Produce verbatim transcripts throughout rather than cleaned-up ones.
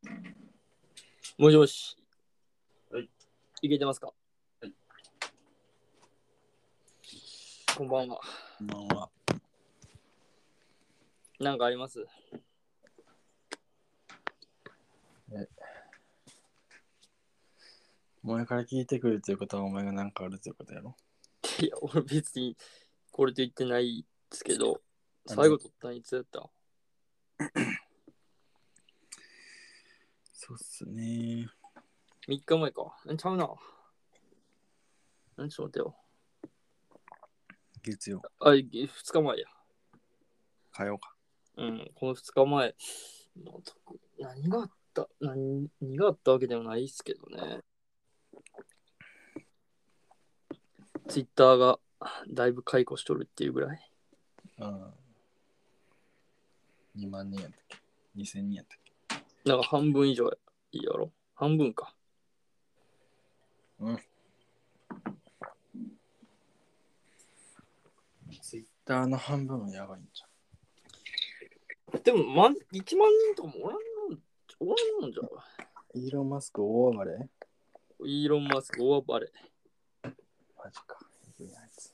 もしもし。 はい。 いけてますか？ はい。 こんばんは。 こんばんは。 なんかあります？ え、お前から聞いてくるということはお前がなんかあるということやろ。 いや、俺別にこれと言ってないですけど、 何最後撮ったのいつやった？ そうっすね。 みっかまえか。んちゃうな。んちょっと待ってよ。 月曜。 あ、ふつかまえや。 火曜か。 うん、このふつかまえ。もう特に何があった何何があったわけでもないっすけどね。ツイッターがだいぶ解雇しとるっていうぐらい。 うん。にまん人やったっけ ?にせん 人やったっけなんか半分以上いいやろ。半分か。 うん。ツイッターの半分はやばいんじでも、ま、いちまん人とかもおらんのおらんのんじゃう。 ゃん。イーロン・マスク大暴れイーロン・マスク大暴れ。 マジか。いいやつ。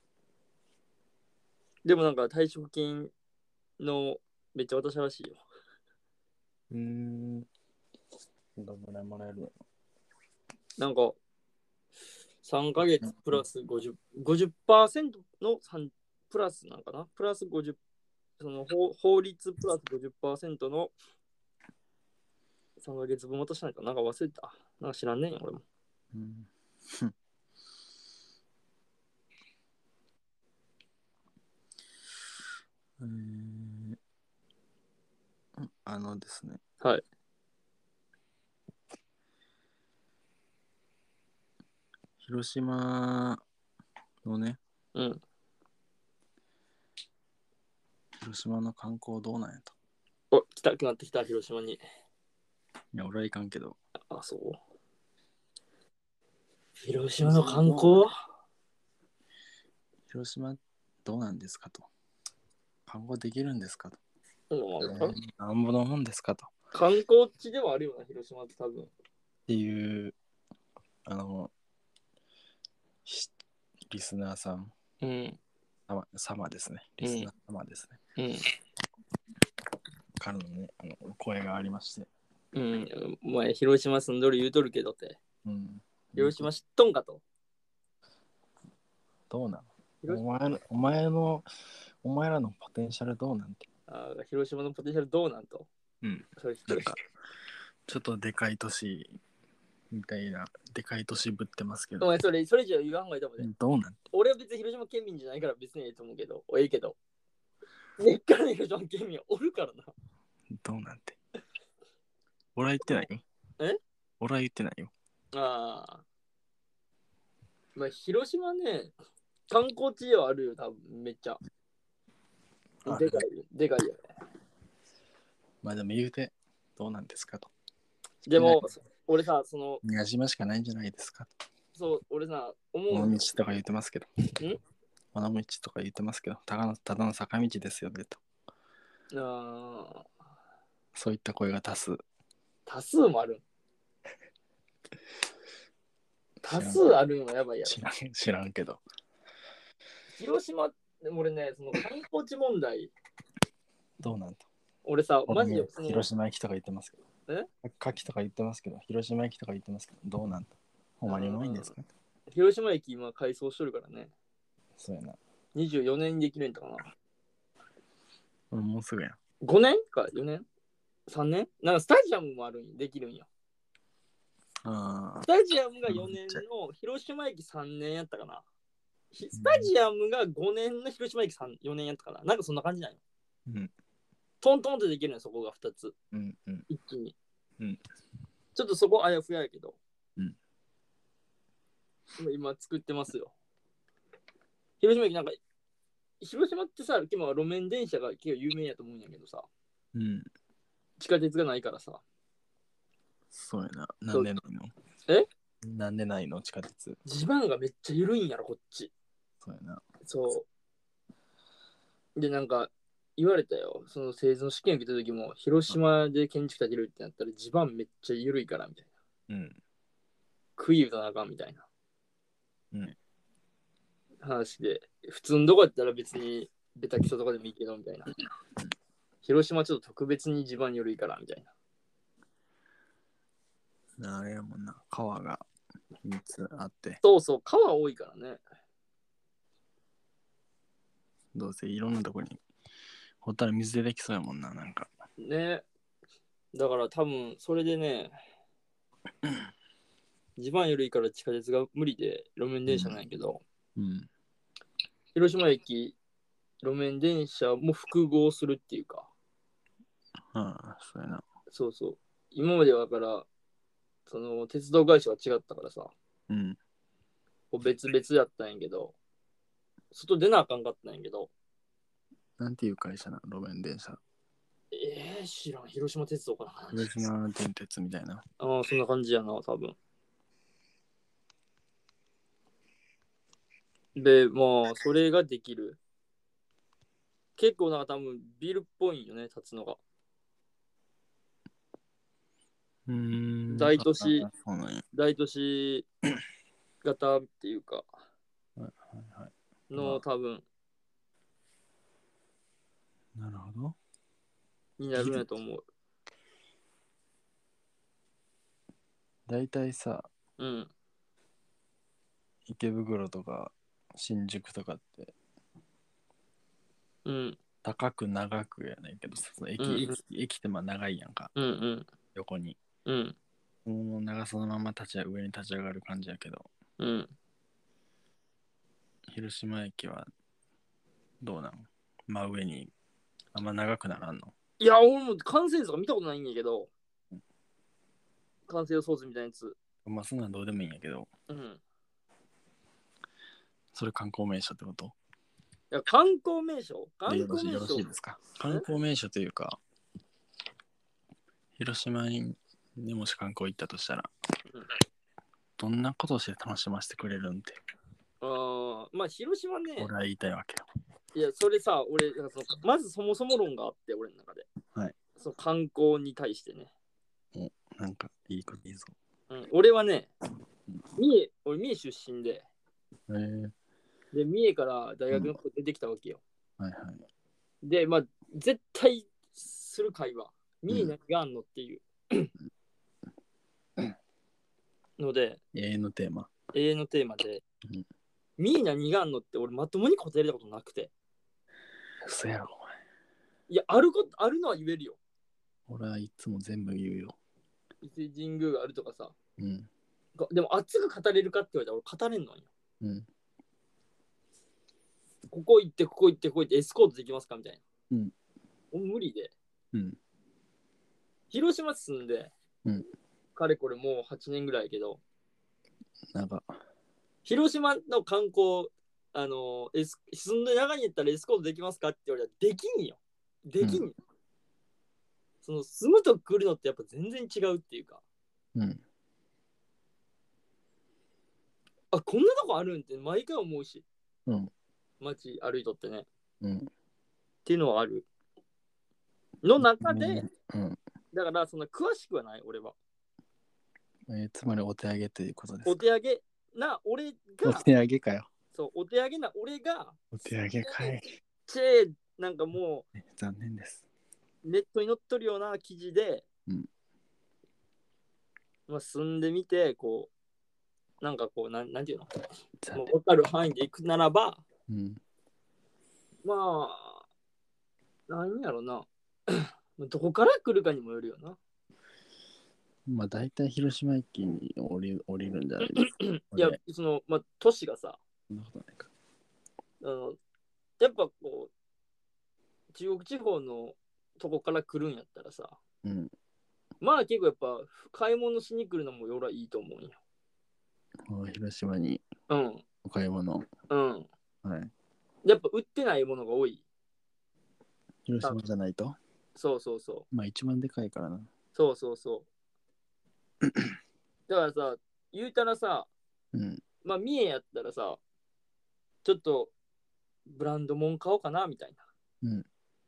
でもなんか退職金のめっちゃ渡したらしいよ。 うーん。どんぐらいもらえるの？ なんかさんかげつプラスごじゅう、ごじゅっパーセントのさんプラスなんかなプラスごじゅう、その法法律プラスごじゅっパーセントのさんかげつぶん渡したんかなんか忘れた。なんか知らんねんよ、俺も。 うん。えー、あのですね。 はい。 広島のね、 うん。 広島の観光どうなんやと。 お、来たくなってきた、広島に。 いや、俺はいかんけど。 あ、そう。広島の観光広島どうなんですかと。観光できるんですかと。 うん、 えーなんぼのもんですかと。 観光地ではあるよな、広島って多分。 っていう、あの、リスナーさん、 うん。 様様ですね。リスナー様ですね。 うん。 からのね、あの声がありまして。 うん。お前、広島住んどる言うとるけどって。 うん。 広島知っとんかと。 どうなの広お前の、お前の、お前らのポテンシャルどうなんて。 あ広島のポテンシャルどうなんと。 うん。 それなんか、ちょっとでかい都市みたいな、でかい都市ぶってますけど。 お前、それ、それじゃ言わんほうがいいと思うね。 どうなんて。 俺は別に広島県民じゃないから別にいいと思うけど、ええけど。根っからの広島県民はおるからな。 どうなんて。俺は言ってないよ。 え俺は言ってないよ。 ああ。まあ、広島ね、観光地ではあるよ、多分めっちゃ。でかい、でかいよね。 まあでも言うて、どうなんですかと。 でも、俺さ、その、 宮島しかないんじゃないですかと。 そう、俺さ、思う尾ん道とか言ってますけど。 ん尾道とか言ってますけど、ただのただの坂道ですよねと。 あそういった声が多数。 多数もある。多数あるのがやばいやろ。 知らん、知らんけど。 広島、俺ね、その観光地問題、 どうなんと。 俺さ、マジでその広島駅とか言ってますけど。 え牡蠣とか言ってますけど、広島駅とか言ってますけど、どうなんと。ほんまにうまいんですかと。 広島駅今改装しとるからね。 そうやな。 にじゅうよねんにできるんだかな。 俺もうすぐやん。 ごねんかよねん ?さん 年なんかスタジアムもあるんできるんよ。 ああ。 スタジアムがよねんの広島駅さんねんやったかな。スタジアムがごねんの広島駅さんよねんやったかな。なんかそんな感じなんよ。 うん。 トントンとできるのそこがふたつ。 うんうん。 一気に。 うん。 ちょっとそこあやふややけど。 うん。 今作ってますよ。広島駅なんか、広島ってさ、今路面電車が結構有名やと思うんやけどさ、 うん。 地下鉄がないからさ。 そうやな。なんでないのえなんでないの地下鉄。 地盤がめっちゃ緩いんやろ、こっち。 そうやな。 そう。で、なんか、 言われたよ。その製図の試験受けた時も、広島で建築建てるってなったら地盤めっちゃ緩いからみたいな。 うん。 杭打たなあかんみたいな。 うん。 話で、普通のどこやったら別にベタ基礎とかでもいいけどみたいな。広島ちょっと特別に地盤緩いからみたいな。 あれやもんな、川がみっつあって。 そうそう、川多いからね。 どうせいろんなとこにほったら水でできそうやもんな、なんか。 ね。だから多分それでね、地盤緩いから地下鉄が無理で路面電車なんやけど、 うん。 広島駅路面電車も複合するっていうか、 ああ、そうやな。 そうそう。今まではだから、その鉄道会社は違ったからさ、 うん。 こう別々やったんやけど、外出なあかんかったんやけど、 なんていう会社な、路面電車。 えー、知らん、広島鉄道かな。 広島電鉄みたいな。 ああ、そんな感じやな、多分。で、まあ、それができる。結構なんか多分ビルっぽいんよね、立つのが。 うーん。 大都市あ、そうなんや。 大都市型っていうか、 はいはいはい。 の多分なるほど。 になるんやと思う。 だいたいさ、 うん。 池袋とか新宿とかってうん。 高く長くやねんけどさ、その駅、 うん駅、駅ってまあ長いやんか、 うんうん横に。 うん。 もう長さのまま立ち上上に立ち上がる感じやけど、 うん。 広島駅はどうなの？真上にあんま長くならんの？ いや、俺も完成図とか見たことないんやけど、完成予想図みたいなやつ。 まあそんなんどうでもいいんやけど、 うん。いそれ観光名所ってこと？ や、観光名所観でよろしいよろ光名所しいですか？観光名所というか、広島にもし観光行ったとしたら、 うん、 どんなことをして楽しませてくれるんって。 ああ、まあ、広島ね。 俺は言いたいわけよ。 いや、それさ、俺、そのまずそもそも論があって、俺の中で。 はい。 その観光に対してね。 お、なんかいいこといいぞ。 うん、俺はね、三重、俺三重出身で、 へえー。 で、三重から大学の子出てきたわけよ。 うん、はいはい。 で、まあ、絶対する会話。三重何があんのっていう、ので、 永遠のテーマ。 永遠のテーマで、 うん、 三重何があんのって俺まともに答えれたことなくて。 嘘やろ、お前。 いや、あること、あるのは言えるよ。 俺はいつも全部言うよ。 伊勢神宮があるとかさ。 うん。 でも熱く語れるかって言われたら俺語れんのよ。 うん。 ここ行って、ここ行って、ここ行ってエスコートできますかみたいな。 うん。 無理で。 うん。 広島住んで、 うん。 かれこれもうはちねんぐらいやけど、 なんか、 広島の観光、あの、エス住んで長いんやったらエスコートできますかって言われたらできんよ。できんよ。うん、その住むと来るのってやっぱ全然違うっていうか。 うん。 あ、こんなとこあるんって毎回思うし。 うん。 街歩いとってね。 うん。 っていうのはある。の中で、 うん。 だからそんな詳しくはない、俺は。 えー、つまりお手上げということですか？ お手上げな俺が、 お手上げかよ。 そう、お手上げな俺が、 お手上げかい。 チェー、なんかもう、残念です。 ネットに載っとるような記事で、 うん、 まあ、住んでみて、こう、なんかこう、なん、なんていうの、もう分かる範囲で行くならば、 うん、 まあ、なんやろな。どこから来るかにもよるよな。 まあ大体広島駅に降り、降りるんじゃないですか。 いや、その、まあ、都市がさ、 そんなことないか。 あの、やっぱこう、中国地方のとこから来るんやったらさ、 うん。 まあ結構やっぱ買い物しに来るのも俺はいいと思うんよ。 広島にお買い物。 うん。 はい。 やっぱ売ってないものが多い。 広島じゃないと？ そうそうそう。 まあ一番でかいからな。 そうそうそう。だからさ、言うたらさ、 うん。 まあ三重やったらさ、ちょっとブランド物買おうかなみたいな。 うん。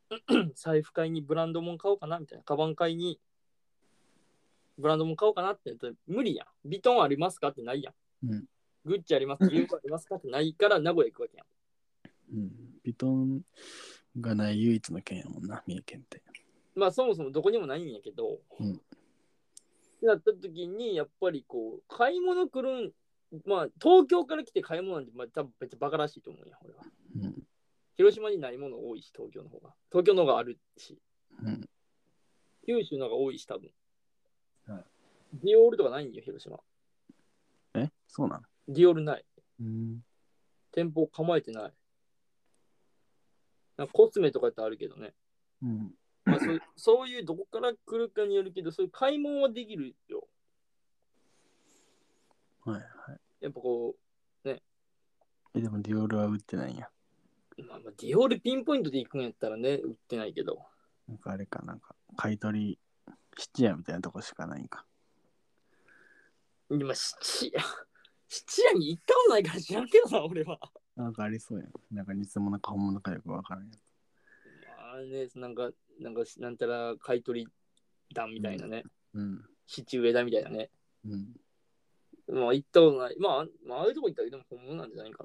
財布買いにブランドもん買おうかなみたいな。カバン買いにブランドもん買おうかなって言ったら無理やん。ビトンありますかってないやん。 うん。 グッチありますか、ユーゴありますかってないから名古屋行くわけやん。 うん。ビトンがない唯一の県やもんな、三重県って。 まあそもそもどこにもないんやけど、 うん。 ってなった時にやっぱりこう買い物来るん、まあ東京から来て買い物なんて、まあ、多分別にバカらしいと思うや俺は。 うん。 広島にないもの多いし、東京の方が。東京の方があるし、 うん。 九州の方が多いし、多分。 はい。 ディオールとかないんよ、広島。 え、そうなの？ ディオールない。 うん。 店舗構えてない。なんかコスメとかってあるけどね。 うん。 まあ、そうそういうどこから来るかによるけど、そういう買い物はできるよ。 はいはい。 やっぱこう、ね。 え、でもディオールは売ってないんや。 まあ、まあディオールピンポイントで行くんやったらね、売ってないけど。 なんかあれかなんか、買い取り、質屋みたいなとこしかないんか。 今、七夜。七夜に行ったことないから知らんけどな、俺は。 なんかありそうやん。なんか偽物か本物かよくわからんやつ。 まあね、なんか、なんか、なんたら買い取り団みたいなね。 うん。 七上田みたいなね。 うん。 まあ行ったことない。まあ、まあ、ああいうとこ行ったらでも本物なんじゃないか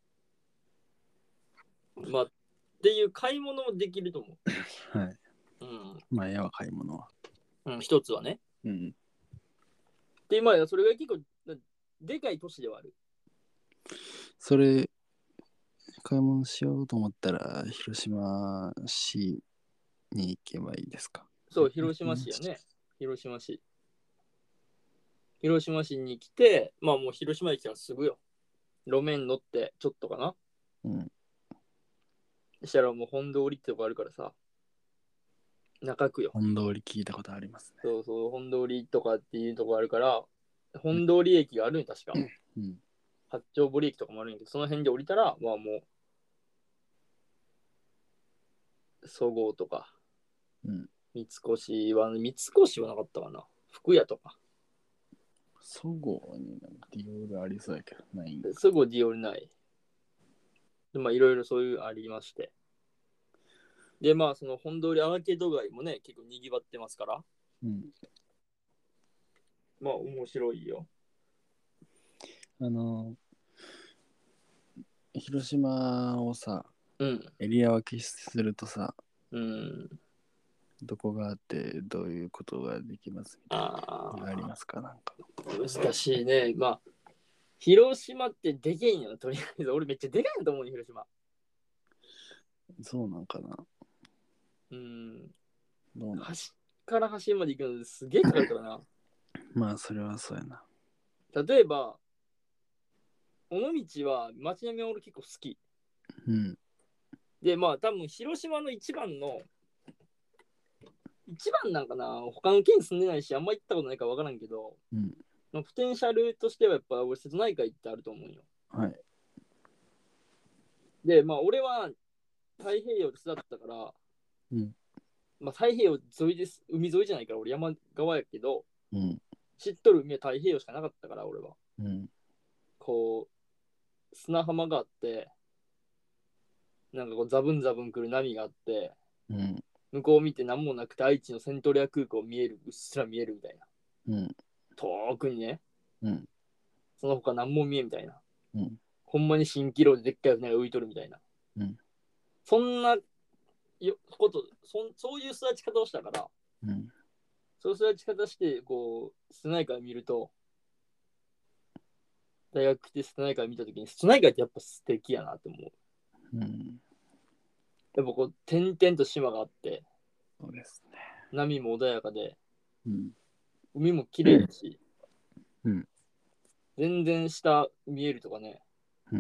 な。まあ、っていう買い物もできると思はい。 う。うん。 まあ、絵は買い物は。 うん、一つはね。 うん。 で、まあ、それが結構、でかい都市ではある。 それ、買い物しようと思ったら、広島市に行けばいいですか？ そう、広島市やね。広島市。広島市に来て、まあもう広島駅からすぐよ。路面乗ってちょっとかな。 うん。 そしたらもう本通りってとこあるからさ。中区よ。 本通り聞いたことありますね。 そうそう、本通りとかっていうとこあるから、本通り駅があるん確か。 うん。 八丁堀駅とかもあるんやけど、その辺で降りたら、まあもう、そごうとか、 うん。 三越は、三越はなかったかな。福屋とか。 そごうになんかディオールありそうやけど、ないんか。 そごうディオールない。でまあいろいろそういうありまして。で、まあその本通りアーケード街もね、結構賑わってますから、 うん。 まあ面白いよ。 あの、広島をさ、 うん。 エリア分けするとさ、 うん。 どこがあってどういうことができますみたいあなのがありますか？なんか。 あ、難しいね。まあ、広島ってでけんよ、とりあえず。俺めっちゃでかいと思うね、広島。 そうなんかな。 うん。 どうなん？ 端から端まで行くのすげえかかるからな。 まあ、それはそうやな。 例えば、尾道は街並みは俺結構好き。 うん。 で、まあ多分広島の一番の、一番なんかな、他の県住んでないし、あんま行ったことないから分からんけど、 うん。 ポテンシャルとしてはやっぱ俺瀬戸内海ってあると思うよ。 はい。 で、まあ俺は太平洋で育ったから、 うん。 まあ太平洋沿いです、海沿いじゃないから俺山側やけど、 うん。 知っとる海は太平洋しかなかったから俺は。 うん。 こう、砂浜があって、なんかこうザブンザブン来る波があって、 うん。 向こう見て何もなくて愛知のセントレア空港見える、うっすら見えるみたいな。 うん。 遠くにね、 うん。 その他何も見えみたいな。 うん。 ほんまに蜃気楼ででっかい船が浮いとるみたいな。 うん。 そんなよことそん、そういう育ち方をしたから、 うん。 そういう育ち方して、こう、瀬戸内海見ると、大学来て瀬戸内海見たときに、瀬戸内海ってやっぱ素敵やなって思う。 うん。 やっぱこう、点々と島があって、 そうですね。 波も穏やかで、 うん。 海も綺麗だし、 うん。 全然下見えるとかね。 うん。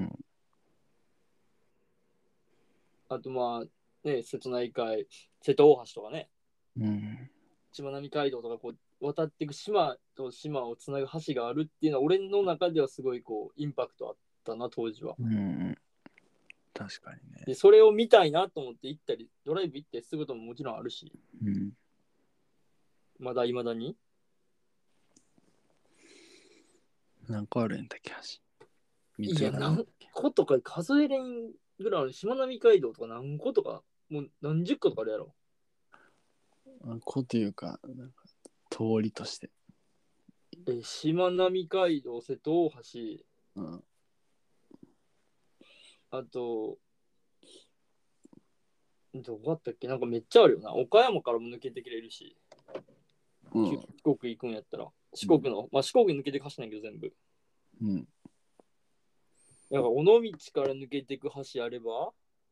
あとまあ、ね、瀬戸内海、瀬戸大橋とかね、 うん。 しまなみ海道とかこう、渡っていく島と島をつなぐ橋があるっていうのは、俺の中ではすごいこう、インパクトあったな、当時は。 うん。確かにね。 で、それを見たいなと思って行ったり、ドライブ行ってすぐことももちろんあるし、 うん。 まだいまだに。 何個あるんだっけ、橋。 いや、何個とか数えれんぐらいある。しまなみ海道とか何個とかもう何十個とかあるやろ。 あ湖というか、なんか通りとして。 え、しまなみ海道、瀬戸大橋、 うん。 あと、どこあったっけなんかめっちゃあるよな。岡山からも抜けてくれるし、 うん。 四国行くんやったら。四国の、まあ四国に抜けてく橋なんやけど全部。 うん。 なんか尾道から抜けていく橋あれば、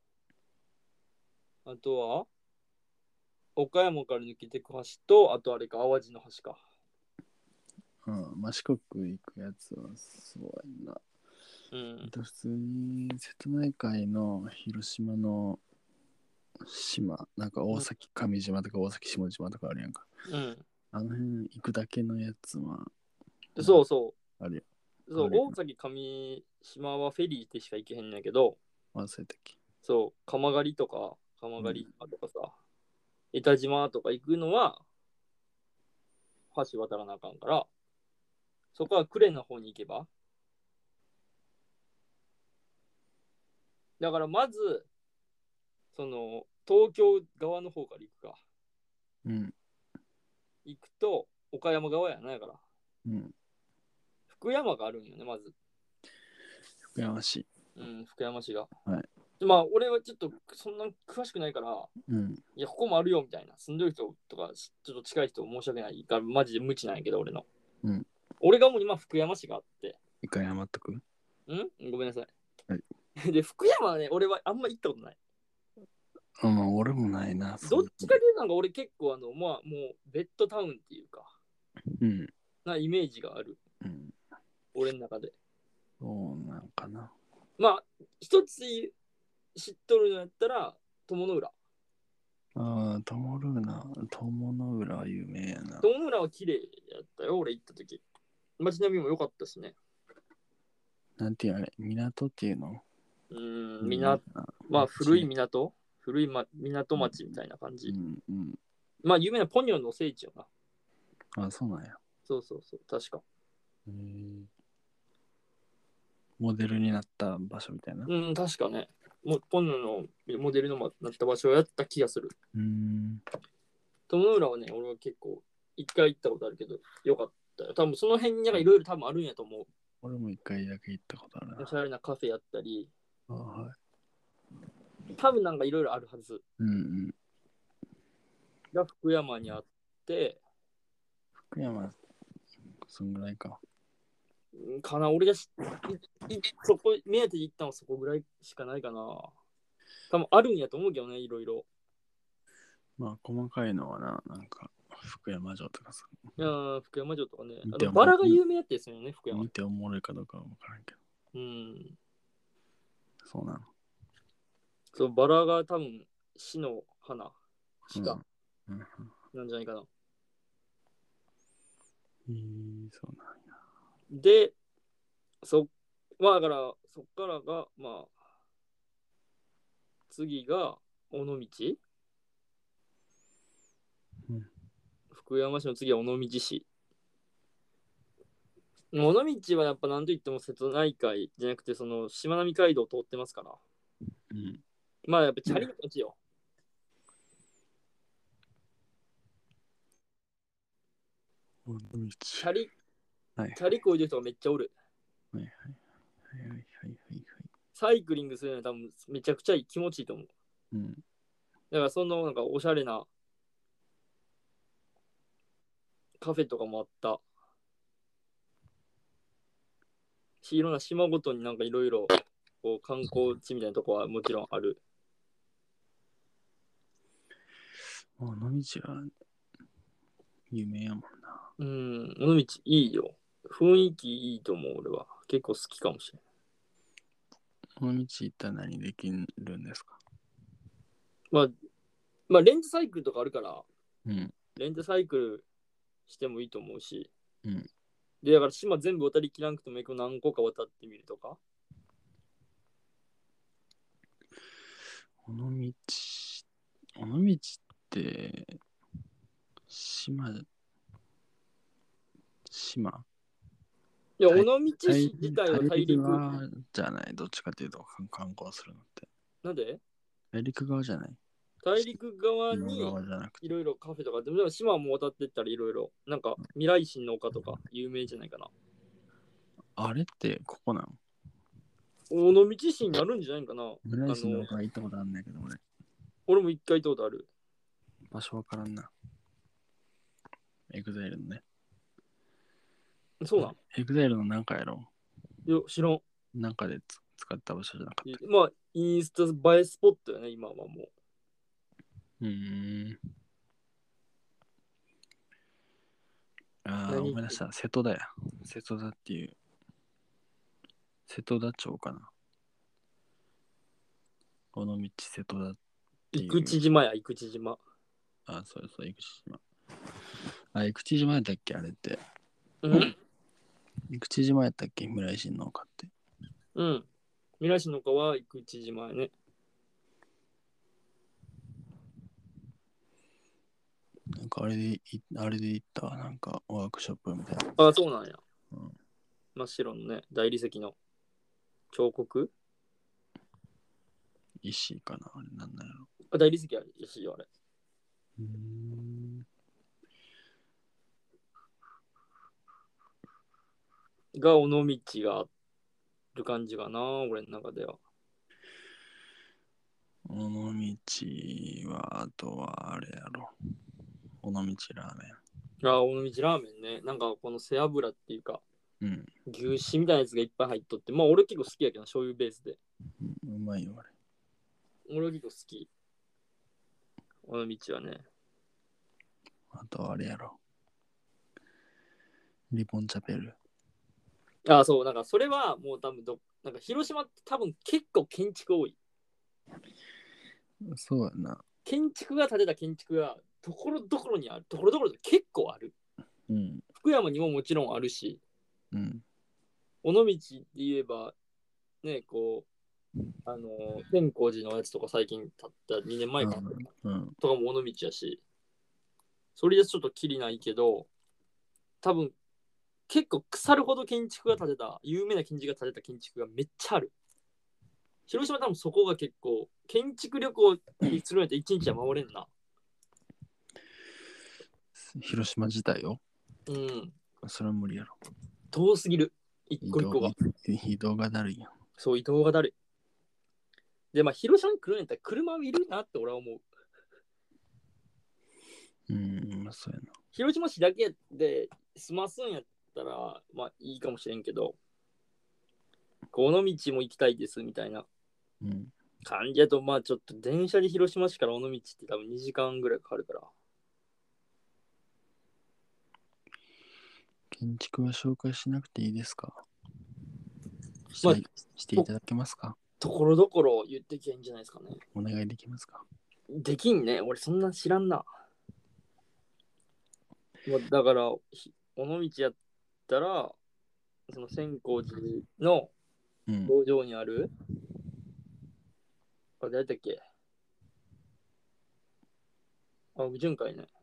あとは、岡山から抜けていく橋と、あとあれか、淡路の橋か。 うん。まあ、四国行くやつはそうやな。 うん。 あと普通に瀬戸内海の広島の島、なんか大崎上島とか大崎下島とかあるやんか。 うん。 あの辺行くだけのやつはそうそあるよ。 う。そう、 あるよ大崎上島はフェリーでしか行けへんねんけど、 忘れたっけ。 そう、鎌狩とか、鎌狩とかさ、江田島とか行くのは、橋渡らなあかんから、そこは呉の方に行けば。だからまず、その、東京側の方から行くか。 うん。 行くと、岡山側やな、だから。 うん。 福山があるんよね、まず。 福山市。 うん、福山市が。 はい。 まあ、俺はちょっとそんな詳しくないから、 うん。 いや、ここもあるよみたいな。住んでる人とか、ちょっと近い人申し訳ないから、マジで無知なんやけど、俺の。 うん。 俺がもう今、福山市があって。 一回謝っとく。 んごめんなさい。 はい。 で、福山はね、俺はあんま行ったことない。 あ、まあ、俺もないな。 どっちかというと、なんか俺結構、あの、まあ、もう、ベッドタウンっていうか、 うん。 なイメージがある。 うん。 俺の中で。 そうなんかな。 まあ、一つ知っとるのやったら、友の浦。 ああ、友の浦、友の浦は有名やな。 友の浦は綺麗やったよ、俺行った時。街並みも良かったしね。 なんていうあれ、港っていうの。 うーん、港、まあ、古い港古い、ま、港町みたいな感じ。 うんうん。 まあ、有名なポニョの聖地よな。 あ、そうなんや。 そうそうそう、確か。 へえ。モデルになった場所みたいな。 うん、確かね。もポニョのモデルのなった場所をやった気がする。 うーん。 友の浦はね、俺は結構、一回行ったことあるけど、よかったよ。多分その辺にいろいろ多分あるんやと思う。 俺も一回だけ行ったことあるな。 おしゃれなカフェやったり、 あ、はい。 多分なんかいろいろあるはず。 うんうん。 が福山にあって、 福山、そんぐらいか。 かな、俺がしいいそこ、目当てで行ったのはそこぐらいしかないかな。多分あるんやと思うけどね、いろいろ。 まあ、細かいのはな、なんか、福山城とかさ。 いやー福山城とかね。 見てあのバラが有名やってですよね、福山。 見ておもろいかどうかは分からんけど。 うん。 そうなの。 そう、バラが多分、死の花しか、 うん。うんなんじゃないかな。 えー、そうなんや。 で、そ、まあだから、そっからが、まあ、次が、尾道、 うん。 福山市の次は尾道市。尾道はやっぱ何と言っても瀬戸内海じゃなくて、その、しまなみ海道を通ってますから。 うん。 まあやっぱチャリの街よ。 尾道。 チャリ、 はい。 チャリこいでる人がめっちゃおる。 はいはいはいはいはいはい。 サイクリングするのは多分めちゃくちゃいい気持ちいいと思う。 うん。 だからそのなんかおしゃれなカフェとかもあったし、いろんな島ごとになんかいろいろ観光地みたいなとこはもちろんある。 尾道は有名やもんな。 うん、尾道いいよ。雰囲気いいと思う、俺は。結構好きかもしれ尾道行ったら何できるんですか？ ない。まあ、まあ、レンタサイクルとかあるから、 うん。 レンタサイクルしてもいいと思うし。 うん。 で、だから島全部渡りきらなくてもいいけど何個か渡ってみるとか。 尾道、尾道って島、島いや、尾道市自体は大陸。 側じゃない、どっちかっていうと観光するのって。 なんで？ 大陸側じゃない？ 大陸側に島側じゃなくて。 いろいろカフェとか、でも島も渡ってったらいろいろ、なんか未来心の丘とか有名じゃないかな。 あれってここなの？ 尾道市にあるんじゃないかな。 未来市の丘行ったことあるんだけど、俺。 俺も一回行ったことある。 場所わからんな。エグザイルのね。 そうなん？ エグザイルのなんかやろ？ いや、知らん。 なんかでつ使った場所じゃなかった。 まあ、インスタ映えスポットよね、今はもう。 うーん。ああ、 何思い出した。瀬戸田や。瀬戸田っていう。瀬戸田町かな。尾道瀬戸田っていう。 生口島や、生口島。 あ、そうそう、生口島。あ、生口島やったっけあれって。 うん。 生口島やったっけ未来心の丘って。 うん。未来市の丘は生口島やね。 なんかあれでい、あれで行ったわなんかワークショップみたいな。 ああ、そうなんや。 うん、 真っ白のね、大理石の彫刻。 石かなあれなんなんやろ。 あ、大理石ある石よ、あれ。 うーん。 が、尾道がある感じかな、俺の中では。 尾道は、あとはあれやろ。尾道ラーメあ、尾道ラーメンね。なんかこの背脂っていうか、 ン。うん。 牛脂みたいなやつがいっぱい入っとって、まあ俺結構好きやけど、醤油ベースで。 うん、うまいよあれ。 俺は結構好き。尾道はね。 あとはあれやろ。リボンチャペル。 あ、そう、なんかそれはもう多分ど、なんか広島って多分結構建築多い。 そうやな。 建築が建てた建築がところどころにある。ところどころで結構ある。 うん。 福山にももちろんあるし、 うん。 尾道で言えば、ね、こう、あの、天光寺のやつとか最近建ったにねんまえか、 うん。 とかも尾道やし、それでちょっときりないけど、多分結構腐るほど建築が建てた、有名な建築が建てた建築がめっちゃある。広島多分そこが結構、建築旅行にするんやったら一日は回れんな。 広島自体よ。 うん。 それは無理やろ。 遠すぎる。一個一個が。 移動がだるいやん。 そう、移動がだるい。で、まあ、広島に来るんやったら車はいるなって俺は思う。 うん、まあそうやな。 広島市だけで済ますんやったら、まあいいかもしれんけど、この道も行きたいですみたいなうん。 感じやと、まあちょっと電車で広島市から尾道って多分にじかんぐらいかかるから。 建築は紹介しなくていいですか？ まあ、 していただけますか？ ところどころ言ってきゃいいんじゃないですかね。 お願いできますか？ できんね。俺そんな知らんな。まあ、だから、尾道やったら、その千光寺の道場にある、うん、あれ誰だっけ？あ、純会ね。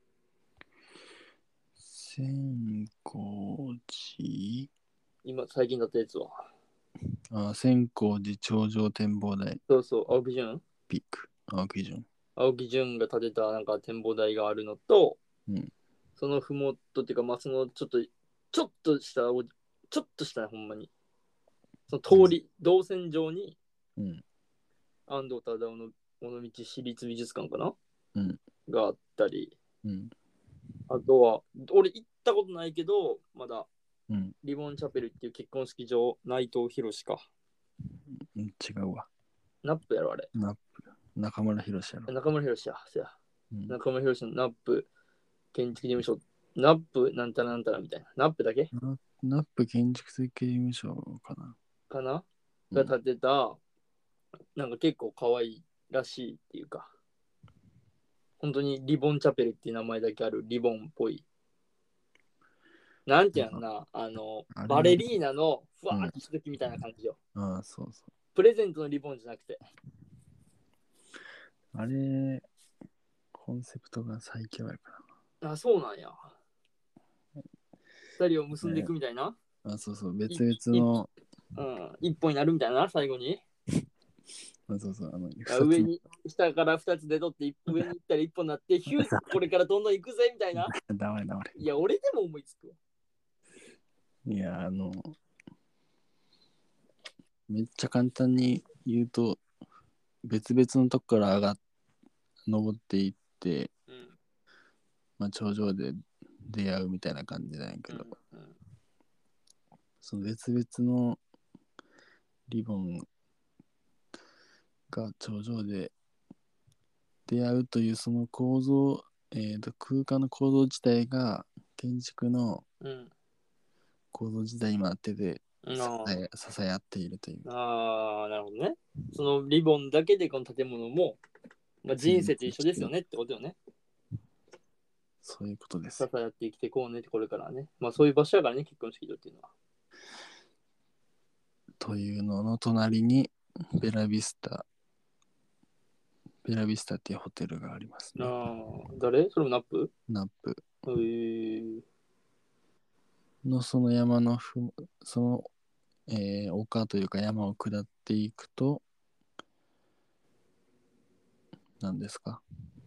千光寺今、最近だったやつは。 あ、千光寺頂上展望台。 そうそう、青木純ピーク。青木純。 青木純が建てたなんか展望台があるのと、 うん、 そのふもっとっていうか、まあ、そのちょっと、ちょっとした、ちょっとした、ほんまに。その通り、うん、動線上に、 うん、 安藤忠雄の尾道市立美術館かな、 うん、 があったり、 うん、 あとは、俺行ったことないけど、まだ、 うん、 リボンチャペルっていう結婚式場、内藤博か。 うん、違うわ。 ナップやろ、あれ。 ナップ。中村博やろ。 中村博や、せや。 うん、 中村博のナップ建築事務所、ナップなんたらなんたらみたいな。ナップだけナナップ建築設計事務所かなかなが建てた、うん、なんか結構可愛いらしいっていうか、本当にリボンチャペルっていう名前だけあるリボンっぽい。なんてやんな、あの、バレリーナのふわーってした時みたいな感じよ。 うん、ああ、そうそう。 プレゼントのリボンじゃなくて。 あれ、コンセプトが最強やからな。あ、そうなんや。二人を結んでいくみたいな、 ね、あ、そうそう、別々の。 うん、一本になるみたいな、最後に。 あそうそう、あの、 あ上に、下からふたつで取って、上に行ったらいっぽんになって、ヒュースこれからどんどん行くぜみたいな。 ダメだ俺。 いや、俺でも思いつくわ。 いや、あの、めっちゃ簡単に言うと、別々のとこから上がっ、登っていって、 うん。 まあ、頂上で出会うみたいな感じなんやけど、 うんうん、 その別々のリボンが頂上で出会うというその構造、えー、と空間の構造自体が建築の構造自体にもあってて、 うん、 支あえ支え合っているという。 あ、なるほどね。そのリボンだけでこの建物も、まあ、人生と一緒ですよねってことよね。 そういうことです支よ。 え合って生きていこうねってこれからね。まあそういう場所やからね、結婚式場っていうのは。 というのの隣にベラビスタ、ベラビスタっていうホテルがありますね。 ああ、誰それもナップナップへーのその山のふその、えー丘というか山を下っていくと、何ですか、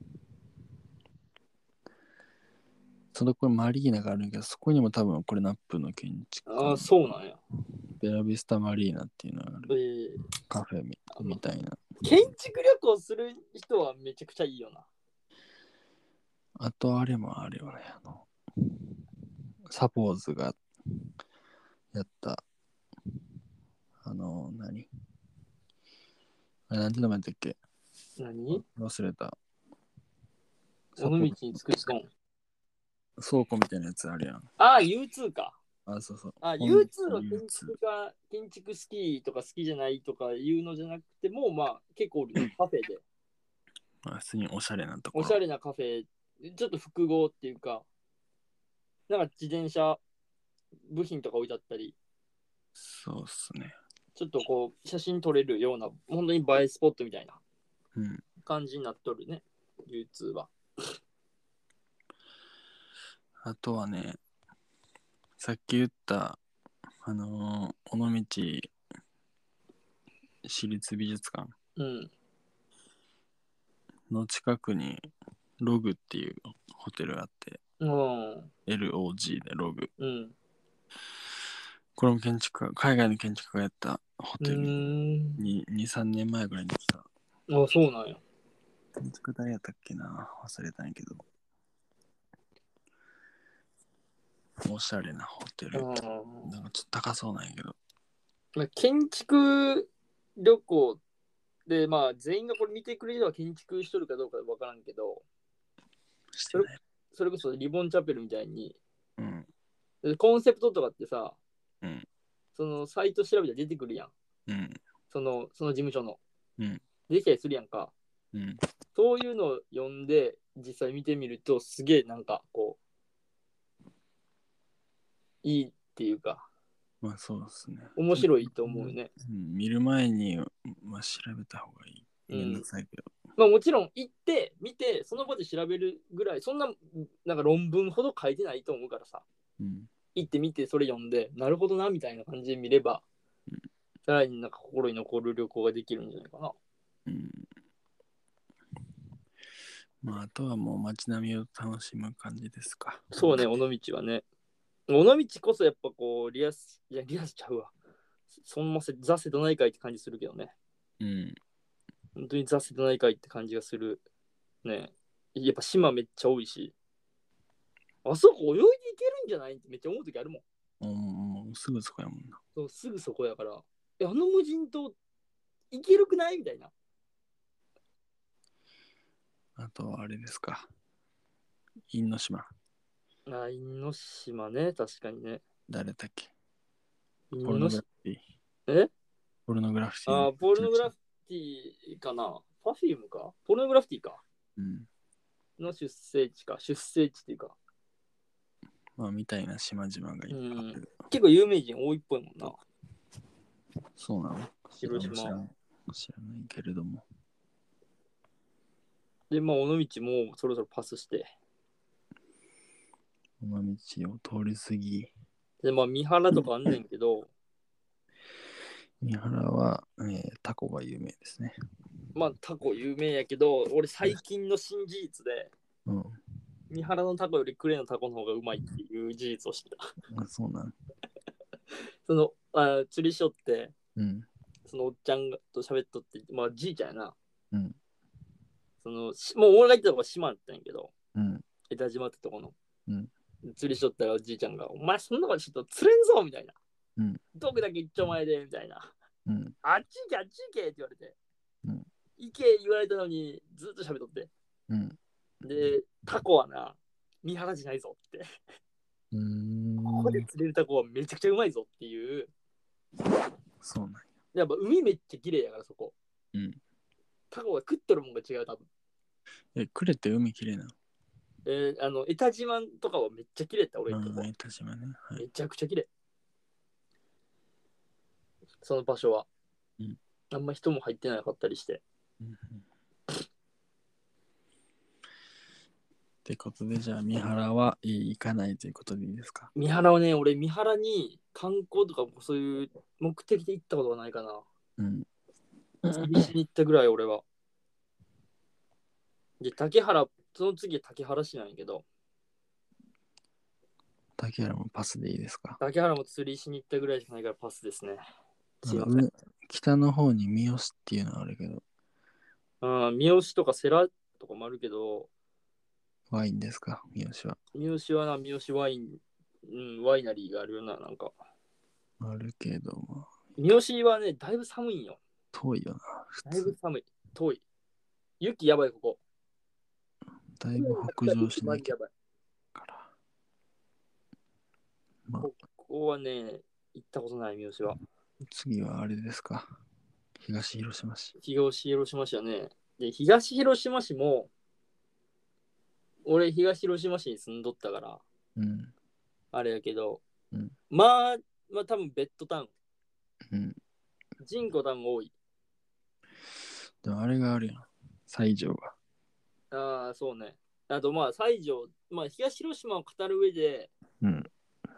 そのこれマリーナがあるんだけど、そこにも多分これナップの建築家ああ、 のそうなんや。 ベラビスタマリーナっていうのがあえるー、 カフェ み, みたいな。 建築旅行する人はめちゃくちゃいいよな。 あとあれもあるよね、あのサポーズがやったあの何あれなんて名前だっけ、 何忘れた。 尾道に作っとん。 倉庫みたいなやつあるやん。 ああ、ユーツー か。 あ、そうそう。 あ、ユーツー の建ユーツー。 築が、建築好きとか好きじゃないとかいうのじゃなくても、まあ結構おるね。カフェで。 まあ、普通におしゃれなところ。 おしゃれなカフェ、ちょっと複合っていうか、なんか自転車部品とか置いてあったり、 そうっすね。 ちょっとこう、写真撮れるような、本当に映えスポットみたいなうん。 感じになっとるね、ユーツー は。 あとはね、さっき言った、あのー、尾道市立美術館うん。 の近くにログっていうホテルがあって、 うん。 エルオージー でログ。 うん。 これも建築家、海外の建築家がやったホうテルーん。 にに、さんねんまえぐらいに来た。 あ、そうなんや。 建築誰やったっけな、忘れたんやけど。おしゃれなホテル。なんかちょっと高そうなんやけど。 まあ、建築旅行で、まあ、全員がこれ見てくれるのは建築しとるかどうかわからんけど、それそれこそリボンチャペルみたいに、 うん。 コンセプトとかってさ、 うん。 そのサイト調べたら出てくるやん。 うん。 そのその事務所の。 うん。 できたりするやんか。 うん。 そういうのを読んで、実際見てみると、すげえなんかこう、いいっていうか、 まあそうですね。 面白いと思うね。 うん、見る前に、まあ、調べた方がいい。めんどうん。 くさいけど。 まあもちろん行って、見て、その場で調べるぐらい、そんな、なんか論文ほど書いてないと思うからさ。 うん。 行ってみて、それ読んで、なるほどな、みたいな感じで見れば、 うん、 さらになんか心に残る旅行ができるんじゃないかな。 うん。まあ、あとはもう街並みを楽しむ感じですか。 そうね、尾道はね。尾道こそやっぱこう、リアス、いや、リアスちゃうわ。そんませ、ザ・瀬戸内海って感じするけどね。 うん。 本当にザ・瀬戸内海って感じがする。ね。やっぱ島めっちゃ多いし、あそこ泳いでいけるんじゃないってめっちゃ思う時あるもん。 もう、もうすぐそこやもんな。 そうすぐそこやから、え、あの無人島いけるくないみたいな。 あとはあれですか。因島。 あ、因島ね、確かにね。 誰だっけ、ポ因ルノグラフィティ。 えポルノグラフィティの。 あ、ポルノグラフィティかな。パフュームか。ポルノグラフィティか。 うん。 の出生地か。出生地っていうか。 まあ、みたいな島々がいっぱいある。 結構有名人多いっぽいもんな。 そうなの？ 広島。 知らない。知らないけれども。 で、まあ、尾道もそろそろパスして。 尾道を通り過ぎ。 で、まあ、三原とかあんねんけど、 三原は、えータコが有名ですね。 まあタコ有名やけど、俺最近の新事実で、 うん。 三原のタコよりクレのタコの方がうまいっていう事実を知った。 あ、そうなん。 そのあ釣りしょって、 うん。 そのおっちゃんと喋っとって、まあじいちゃんやな。 うん。 そのもう俺が行ったとこは島だったんやけど、 うん。 江田島ってとこの。 うん。 釣りしとったらおじいちゃんが、お前そんなことちょっと釣れんぞみたいな。 うん。 どこだけ一丁前でみたいな。 うん。 あっち行けあっち行けって言われて。 うん。 行け言われたのにずっと喋っとって。 うん。 で、タコはな、三原じゃないぞって。 うーん。 ここで釣れるタコはめちゃくちゃうまいぞっていう。 そうなんや。 やっぱ海めっちゃ綺麗やからそこ。 うん。 タコが食っとるもんが違う多分。 え、クレって海きれいなの？ えー、あの、江田島とかはめっちゃ綺麗だった俺行ったとこ。 ああ、江田島ね。はい。 めちゃくちゃ綺麗。その場所は。 うん。 あんま人も入ってなかったりして。 うんうん。ってことで、じゃあ、三原は行かないということでいいですか？ 三原はね、俺三原に観光とかそういう目的で行ったことがないかな。 うん。 釣りしに行ったぐらい俺は。で、竹原、その次竹原市なんやけど、 竹原もパスでいいですか？ 竹原も釣りしに行ったぐらいしかないからパスですね。すいません。 上北の方に三好っていうのはあるけど、 うん、三好とか世羅とかもあるけど、 ワインですか？三好は。 三好はな、三好ワイン、うん、ワイナリーがあるよな、なんか。 あるけど、まあ、 三好はね、だいぶ寒いんよ。 遠いよな、普だいぶ通。 寒い。遠い。雪やばい、ここ。 だいぶ北上しなきゃマジやばい。 から。まあ、 ここはね、行ったことない、三好は。 次はあれですか？東広島市。 東広島市はね。で、東広島市も、俺、東広島市に住んどったから、 うん。 あれやけど、 うん。 まあ、まあ多分ベッドタウン。 うん。 人口多分多い。 でもあれがあるやん。西条が。 ああ、そうね。あとまあ、西条、まあ、東広島を語る上で、 うん。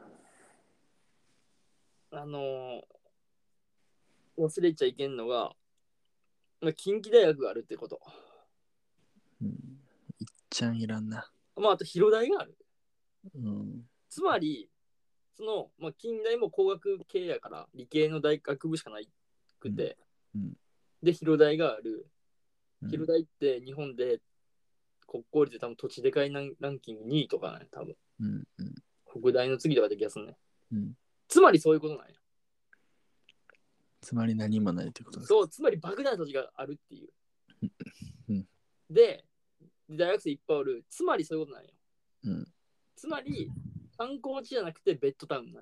あのー忘れちゃいけんのが、まあ、近畿大学があるってこと。 うん。いっちゃんいらんな。 まあ、あと広大がある。 うん。 つまり、その、まあ、近代も工学系やから、理系の大学部しかないくて、 うんうん、 で、広大がある。 うん、 広大って日本で国公立で多分土地でかいランキングにいとかね、多分。 うんうん、 北大の次とかで気がするね。 うん。 つまりそういうことなんや。 つまり何もないってことですか？ そう、つまり莫大な土地があるっていう。 うん、 で、大学生いっぱいおる。つまりそういうことなんや。 うん。 つまり、観光地じゃなくてベッドタウンなんや。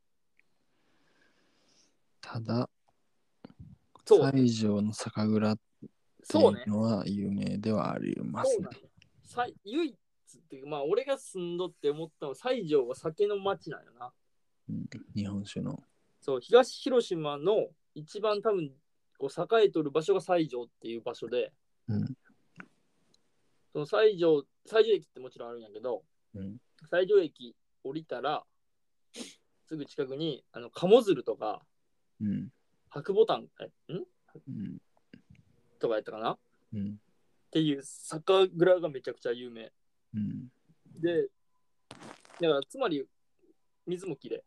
ただ、 そうね。 西条の酒蔵っていそうね。 うのは有名ではありますね。 そうなんや。さ唯一っていうか、まあ、俺が住んどって思ったのは、西条は酒の町なんやな。 うん、日本酒の。 そう、東広島の一番多分、こう栄えとる場所が西条っていう場所で、 うん、 その西条、西条駅ってもちろんあるんやけど、 うん、 西条駅降りたら、すぐ近くに、あの、鴨鶴とか、 うん、 白ボタン、えんうん、 とかやったかなっうん、 ていう酒蔵がめちゃくちゃ有名。 うん。 で、だからつまり水もきれい。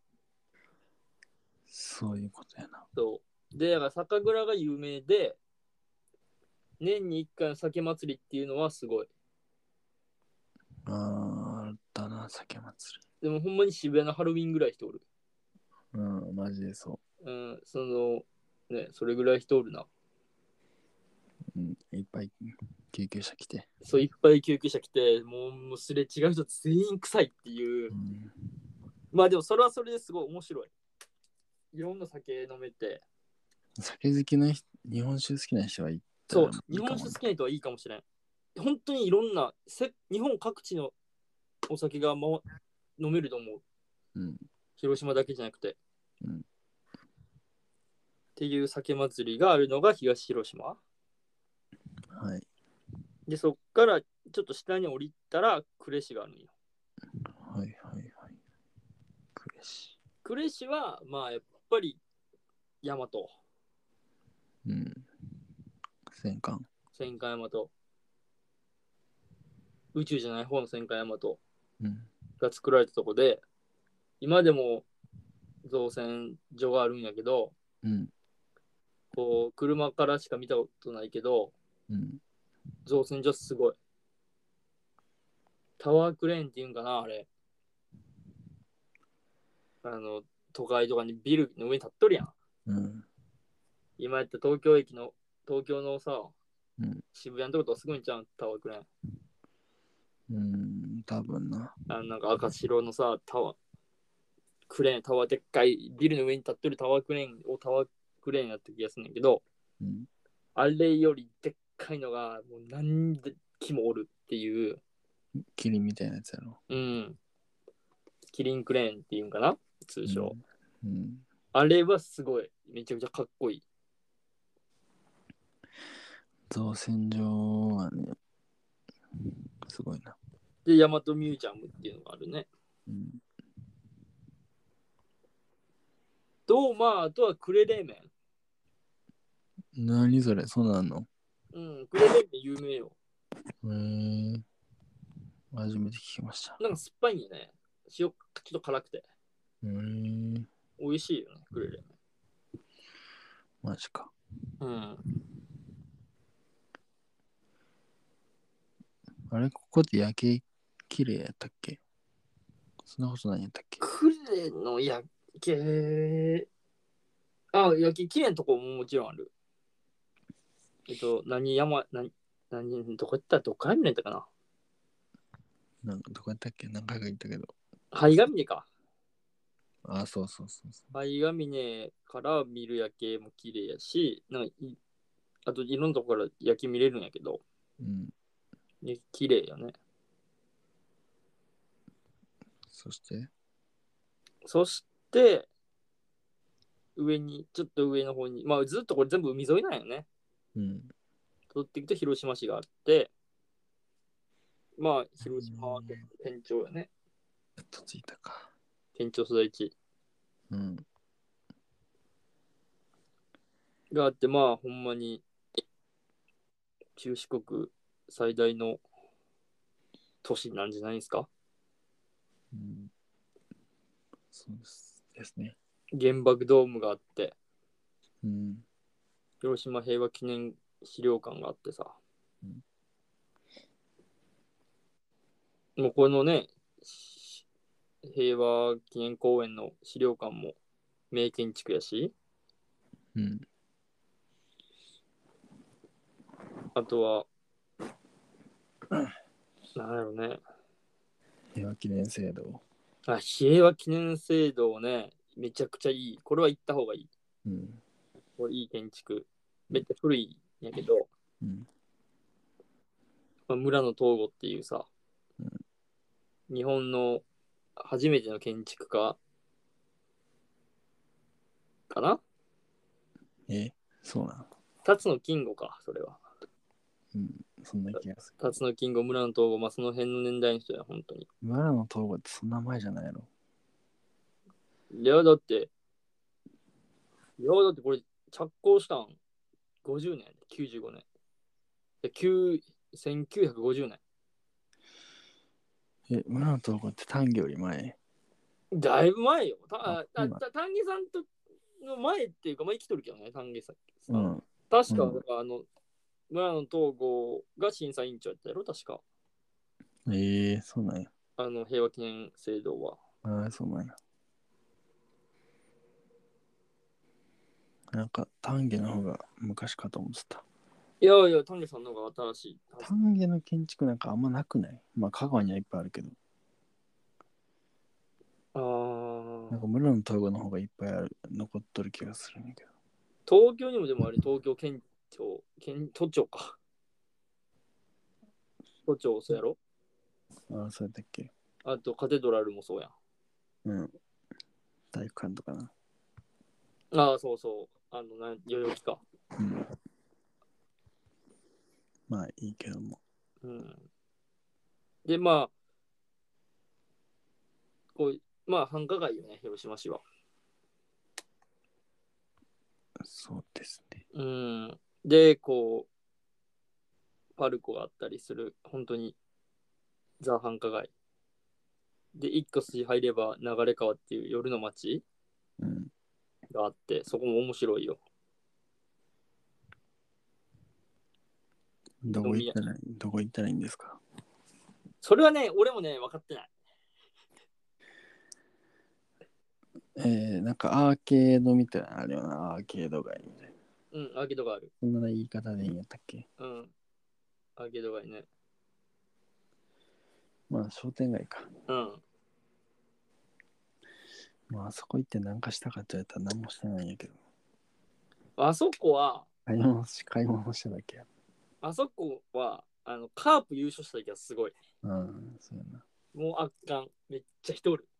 そういうことやな。 そう。で、だから酒蔵が有名で、年にいっかいの酒祭りっていうのはすごい。 あーあったな、酒祭でもほんまに渋谷のハロウィンぐらい人おる。 り。うん、マジでそうん、その、ね、それぐらい人おるな。 う。うん、いっぱい救急車来て。 そう、いっぱい救急車来て、もう、もうすれ違う人全員臭いっていう。 うん、 まあでもそれはそれですごい面白い。いろんな酒飲めて。 酒好きな人、日本酒好きな人は行ったそう、 らい日本いかもね。 酒好きな人はいいかもしれん。本当にいろんな、せ日本各地のお酒が、ま、飲めると思う。 うん、 広島だけじゃなくて。 うん。 っていう酒祭りがあるのが東広島。 はい。 で、そっからちょっと下に降りたら呉市があるんよ。 はいはいはい。呉市。 呉市は、まあやっぱり大和。 戦艦。 戦艦大和。宇宙じゃない方の戦艦大和うん。 が作られたとこで、今でも造船所があるんやけど、 うん。 こう、車からしか見たことないけど、 うん。 造船所すごい。タワークレーンっていうんかな、あれ。あの、都会とかにビルの上に立っとるやん。 うん。 今やった東京駅の、東京のさ、 うん。 渋谷のとことすごいんちゃうタワークレーン。 うん。多分な。 あのなんか赤白のさ、タワー、クレーン、タワー、でっかいビルの上に立ってるタワークレーンをタワークレーンやった気がするんだけど、 うん。 あれよりでっかいのがもう何機もおるっていう、 霧みたいなやつやろ。 うん、キリンクレーンっていうんかな、通称。 うん。うん。 あれはすごい、めちゃくちゃかっこいい。 造船所はね、すごいな。 で、ヤマトミュージアムっていうのがあるね。 うん。 と、まあ、あとはクレ冷麺。 何それ、そうなんの？ うん、クレ冷麺有名よ。 へえ。初めて聞きました。 なんか酸っぱいんよね。塩、ちょっと辛くて。 へえ。 美味しいよね、クレ冷マジか。 麺。うん。 あれ、ここで夜景綺麗やったっけ？そんなことないんやったっけ？ クレの焼け、あ、焼ききれいなとこももちろんある。えっと、何山、何、何、どこ行ったどこから見れたかな。 なんかどこやったっけ？何回か言ったけど。 灰ヶ峰か。 あ、そうそうそうそ灰ヶ峰から見る夜景も綺麗やし、なんかいあといろんなとこから夜景見れるんやけど、 う。うん。 ね綺麗やね。 そして、 そして、上に、ちょっと上の方に、まあずっとこれ全部海沿いなんよね。 うん。 取っていくと広島市があって、まあ広島県県庁やね。 やっと着いたか。 県庁所在地うん。 があって、まあほんまに中四国最大の都市なんじゃないですか。 うん、そうですですね。 原爆ドームがあって、 うん。 広島平和記念資料館があってさ、 うん、 もうこのね、平和記念公園の資料館も名建築やし、 うん。 あとは、なんやろね、 平和記念制度。 あ、平和記念制度ね、めちゃくちゃいい。これは行った方がいい。 うん。 これいい建築。めっちゃ古いんやけど、 うん。 まあ、村野東吾っていうさ、 うん、 日本の初めての建築家かな。 え、そうなの？ 辰野金吾か、それは。 うん。そんな気がする。 辰野金吾、村野東吾、まあその辺の年代の人や、本当に。 村の東郷ってそんな前じゃないの？ いや、だって、いや、だってこれ、着工したんごじゅうねん、きゅうじゅうごねん。で、せんきゅうひゃくごじゅうねん。 え、村の東郷って丹下より前？ だいぶ前よ。たあ、 あそうなた丹下さんとの前っていうか、まあ生きとるけどね、丹下さん。 の？うん。 確か、 うん、 だからあの、村野東郷が審査委員長やったやろ、確か。 ええー、そうなんや。 あの、平和記念制度は。 ああ、そうなんや。なんか丹下の方が昔かと思ってた。 いやいや、丹下さんの方が新しい。 丹下の建築なんかあんまなくない？まあ香川にはいっぱいあるけど。 あー、 なんか村の東郷の方がいっぱいある、残っとる気がするんやけど。 東京にもでもあれ、東京県庁、県都庁か。都庁そうやろ。 ああ、そうやったっけ？ あと、カテドラルもそうやん。 うん。体育館とかな。 ああ、そうそう。あの、な代々木か。 うん。まあいいけども。 うん。で、まあ、こう、まあ、繁華街よね、広島市は。 そうですね。 うん。で、こう、 パルコがあったりする、本当にザ繁華街。で、一個筋入れば流れ川っていう夜の街うん。 があって、そこも面白いよ。 どこ行ったらいい、どこ行ったらいいんですか？ それはね、俺もね、分かってない。 えー、なんかアーケードみたいなのあるよな、アーケード街みたいな。 うん、アーケードがある。 そんな言い方でいいんやったっけ？ うん、アーケード街ね。 まあ商店街か。 うん。 まああそこ行って何かしたかって言われたら何もしてないんやけど。 あそこは、 買い物し、買い物しただけや。 あそこは、あの、カープ優勝した時はすごい。 うん、そうやな。 もう圧巻。めっちゃ人おる。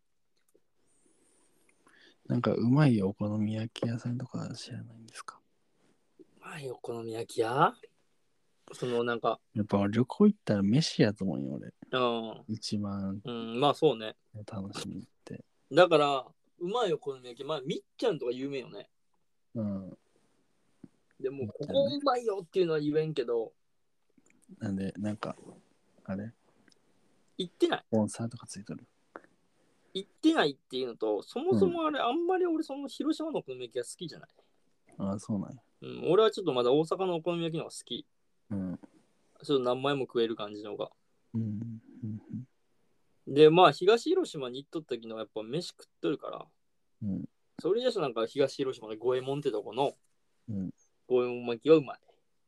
なんかうまいお好み焼き屋さんとか知らないんですか？ まいお好み焼き屋そのなんか、 やっぱ旅行行ったら飯やと思うよ、俺。 うん、 一番うん、まあそうね。 楽しみって。 だから、うまいお好み焼き、まあ、みっちゃんとか有名よね。 うん。 でも、 みっちゃんねここうまいよっていうのは言えんけど、 なんで、なんか、あれ行ってない。 スポンサーとかついとる。 行ってないっていうのと、そもうん。 そもあれ、あんまり俺、その広島のお好み焼きが好きじゃない。 ああ、そうなんや。 うん、俺はちょっとまだ大阪のお好み焼きの方が好き。 うん。 ちょっと何枚も食える感じの方が。 うん。うん。 で、まあ、東広島に行っとった時のやっぱ飯食っとるから、 うん。 それじゃしなんか東広島の五右衛門ってとこのうん。 五右衛門巻きはうまい。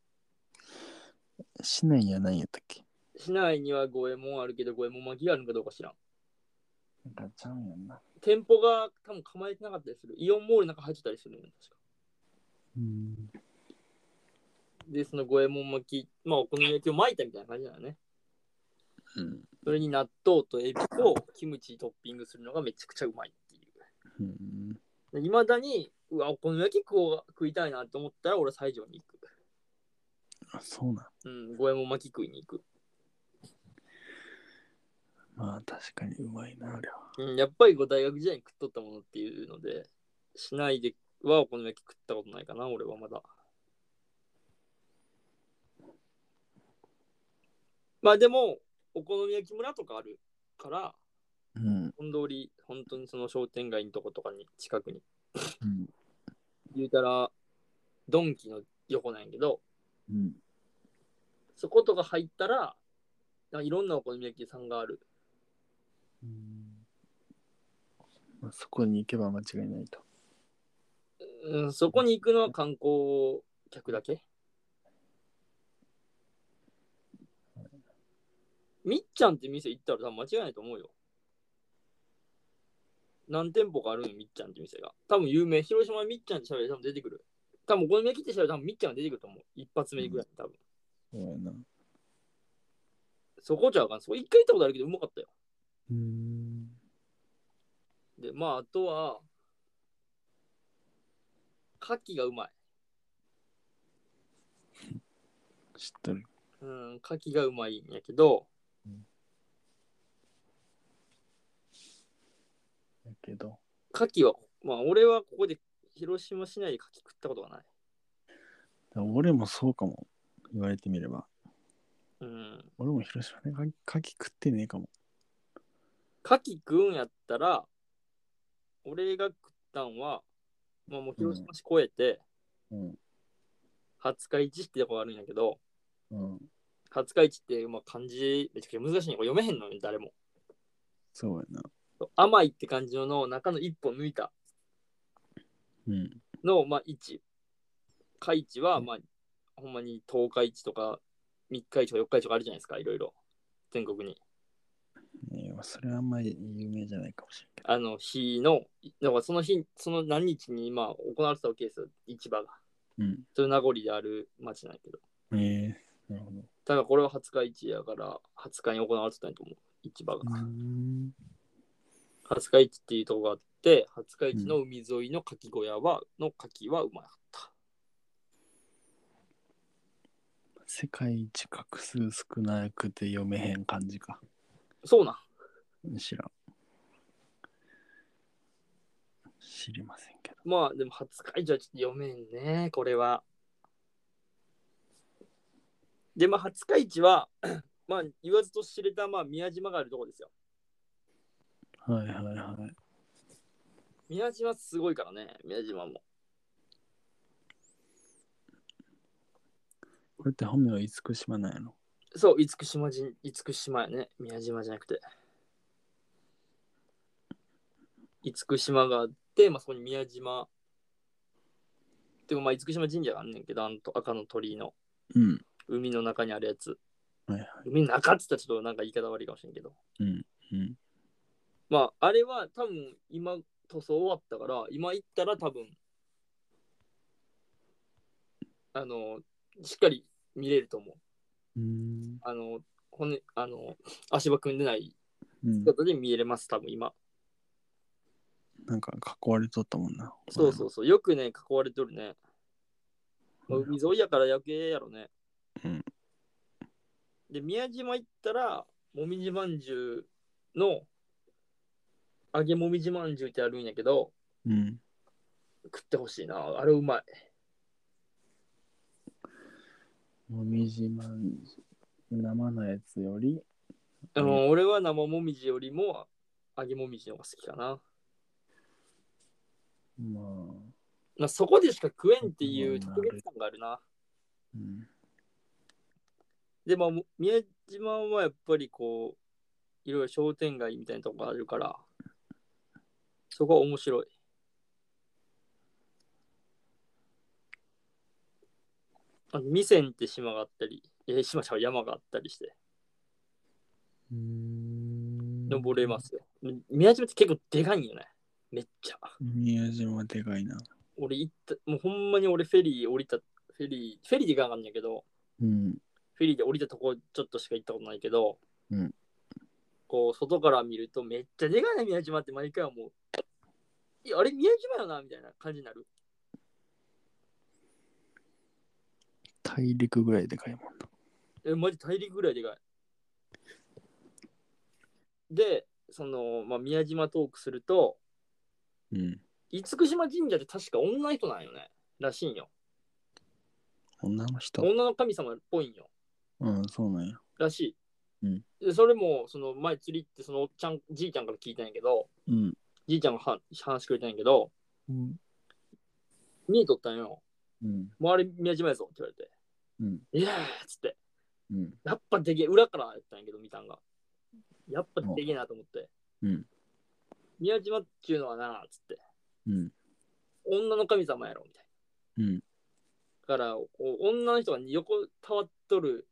市内やないんやったっけ？ 市内には五右衛門あるけど、五右衛門巻きがあるのかどうか知らん。 なんかちゃうんやんな。 店舗が多分構えてなかったりする。イオンモールの中入ってたりするのよ、確か。 うん。 で、その五右衛門巻き、まあお好み焼きを巻いたみたいな感じだよね。 うん。 それに納豆とエビとキムチトッピングするのがめちゃくちゃうまいっていう。 うん。 いまだに、うわ、お好み焼き食う食いたいなと思ったら俺西条に行く。 あ、そうなん。 うん、五右衛門巻き食いに行く。 まあ確かにうまいな、あれは。 うん、やっぱり大学時代に食っとったものっていうので、市内ではお好み焼き食ったことないかな、俺はまだ。まあでも、お好み焼き村とかあるから、 うん。 本通り、本当にその商店街のとことかに近くに。 うん。 言うたら、ドンキの横なんやけど、 うん。 そことか入ったら、なんかいろんなお好み焼き屋さんがある。 うんまあ、そこに行けば間違いないと。 うん、そこに行くのは観光客だけ。みっちゃんって店行ったら多分間違いないと思うよ。何店舗かあるんよ、みっちゃんって店が。多分有名。広島みっちゃんって調べたら多分出てくる。多分お好み焼きって調べたら多分みっちゃんが出てくると思う。一発目ぐらいに多分。 そうやな。 そこじゃあかん。そこ一回行ったことあるけどうまかったよ。 うん。 で、まああとは、牡蠣がうまい。 知っとる。 うん、牡蠣がうまいんやけど、 だけど、 牡蠣は、まあ俺はここで広島市内で牡蠣食ったことがない。 俺もそうかも。言われてみれば。 うん。 俺も広島で牡蠣食ってねえかも。 牡蠣食うんやったら、俺が食ったんは、まあもう広島市越えて、 うん。 廿日市ってとこがあるんやけど、 うん。 廿日市ってまあ漢字めちゃくちゃ難しいんこれ読めへんのよ、誰も。 そうやな。 甘いって感じのの中の一本抜いたうん。 の、まあ、市。海市は、まあ、ほんまに十日市とか三日市とか四日市とかあるじゃないですか、いろいろ。全国に。 えー、それはあんまり有名じゃないかもしれんけど。 あの日の、だからその日、その何日に今行われてたわけですよ、市場が。 うん。 そういう名残である町なんやけど。 えー、なるほど。 ただこれは廿日市やからはつかに行われてたんやと思う、市場が。 うん。 廿日市っていうとこがあって、廿日市の海沿いの牡蠣小屋は、の牡蠣はうまかった。 世界一画数少なくて読めへん感じか。 そうなん。 知らん。知りませんけど。 まあでも廿日市はちょっと読めんね、これは。 で、まあ、廿日市は、まあ、言わずと知れた、まあ、宮島があるとこですよ。 はいはいはい。 宮島すごいからね、宮島も。 これって本名は厳島なんやろ。 そう、厳島神、厳島やね。宮島じゃなくて。厳島があって、まあ、そこに宮島。でも、まあ、厳島神社があんねんけど、あの赤の鳥居のうん。 海の中にあるやつ。 はいはい。 海の中って言ったらちょっとなんか言い方悪いかもしれんけど。 うん。うん。 まあ、あれは多分今塗装終わったから、今行ったら多分、あの、しっかり見れると思う。 うん。 あの、骨、あの、足場組んでないうん。 姿で見えれます、多分今。 なんか囲われとったもんな。 そうそうそう、よくね、囲われとるね。まあ、海沿いやから余計やろね。 うん。 で、宮島行ったら、もみじまんじゅうの揚げもみじまんじゅうってあるんやけど、 うん。 食ってほしいな。あれうまい。 もみじまんじゅう。生のやつより、 あの俺は生もみじよりも揚げもみじの方が好きかな。 まあ、 まあ、そこでしか食えんっていう特別感があるな。 うん。 でも、宮島はやっぱりこう、いろいろ商店街みたいなとこがあるから、そこは面白い。あのミセンって島があったり、えー、島ちゃう山があったりして、 うーん。 登れますよ。宮島って結構でかいんよね。めっちゃ。 宮島でかいな。 俺行った、もうほんまに俺フェリー降りた、フェリー、フェリーで行かなかんやけど、 うん。 フェリーで降りたとこちょっとしか行ったことないけど、 うん。 こう、外から見るとめっちゃでかいな、宮島って毎回思う。いや、あれ宮島よなみたいな感じになる。 大陸ぐらいでかいもんな。 え、マジ大陸ぐらいでかい。で、その、まあ、宮島トークすると、 うん。 厳島神社って確か女の人なんよね。らしいんよ。 女の人。 女の神様っぽいんよ。 うん、そうなんや。 らしい。 うん。 で、それも、その前釣りってそのおっちゃん、じいちゃんから聞いたんやけど、 うん。 じいちゃんがは話してくれたんやけど、 うん。 見えとったんよ。 うん。 もうあれ宮島やぞって言われて。 うん。 いやーっつって。 うん。 やっぱでけえ、裏からやったんやけど、見たんが。やっぱでけえなと思って。 うん。 宮島っていうのはな、つって。 うん。 女の神様やろ、みたいうん。 な。だから、女の人が横たわっとる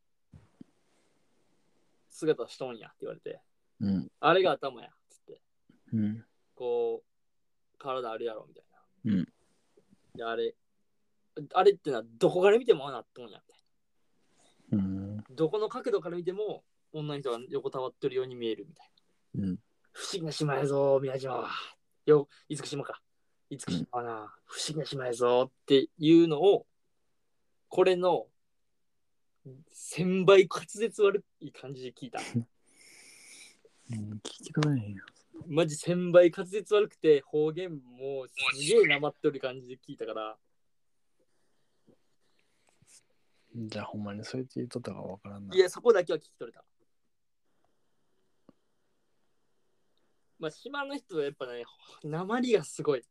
姿しとんやって言われて。 うん。 あれが頭や、つって。 うん。 こう、体あるやろ、みたいうん。 な。で、あれ、あれってのはどこから見てもああなっとんや、みたいうん。 な。どこの角度から見ても女の人が横たわってるように見えるみたいな。 うん。 不思議な島やぞ、宮島は。よ、厳島か。厳島はな、不思議な島やぞっていうのを、これの千倍滑舌悪い感じで聞いた。 うん、聞き取れへんよ。 マジ千倍滑舌悪くて方言もすげえなまっとる感じで聞いたから。 じゃあほんまにそうやって言っとったかわからんな。 いや、そこだけは聞き取れた。まあ、島の人はやっぱね、鉛がすごい。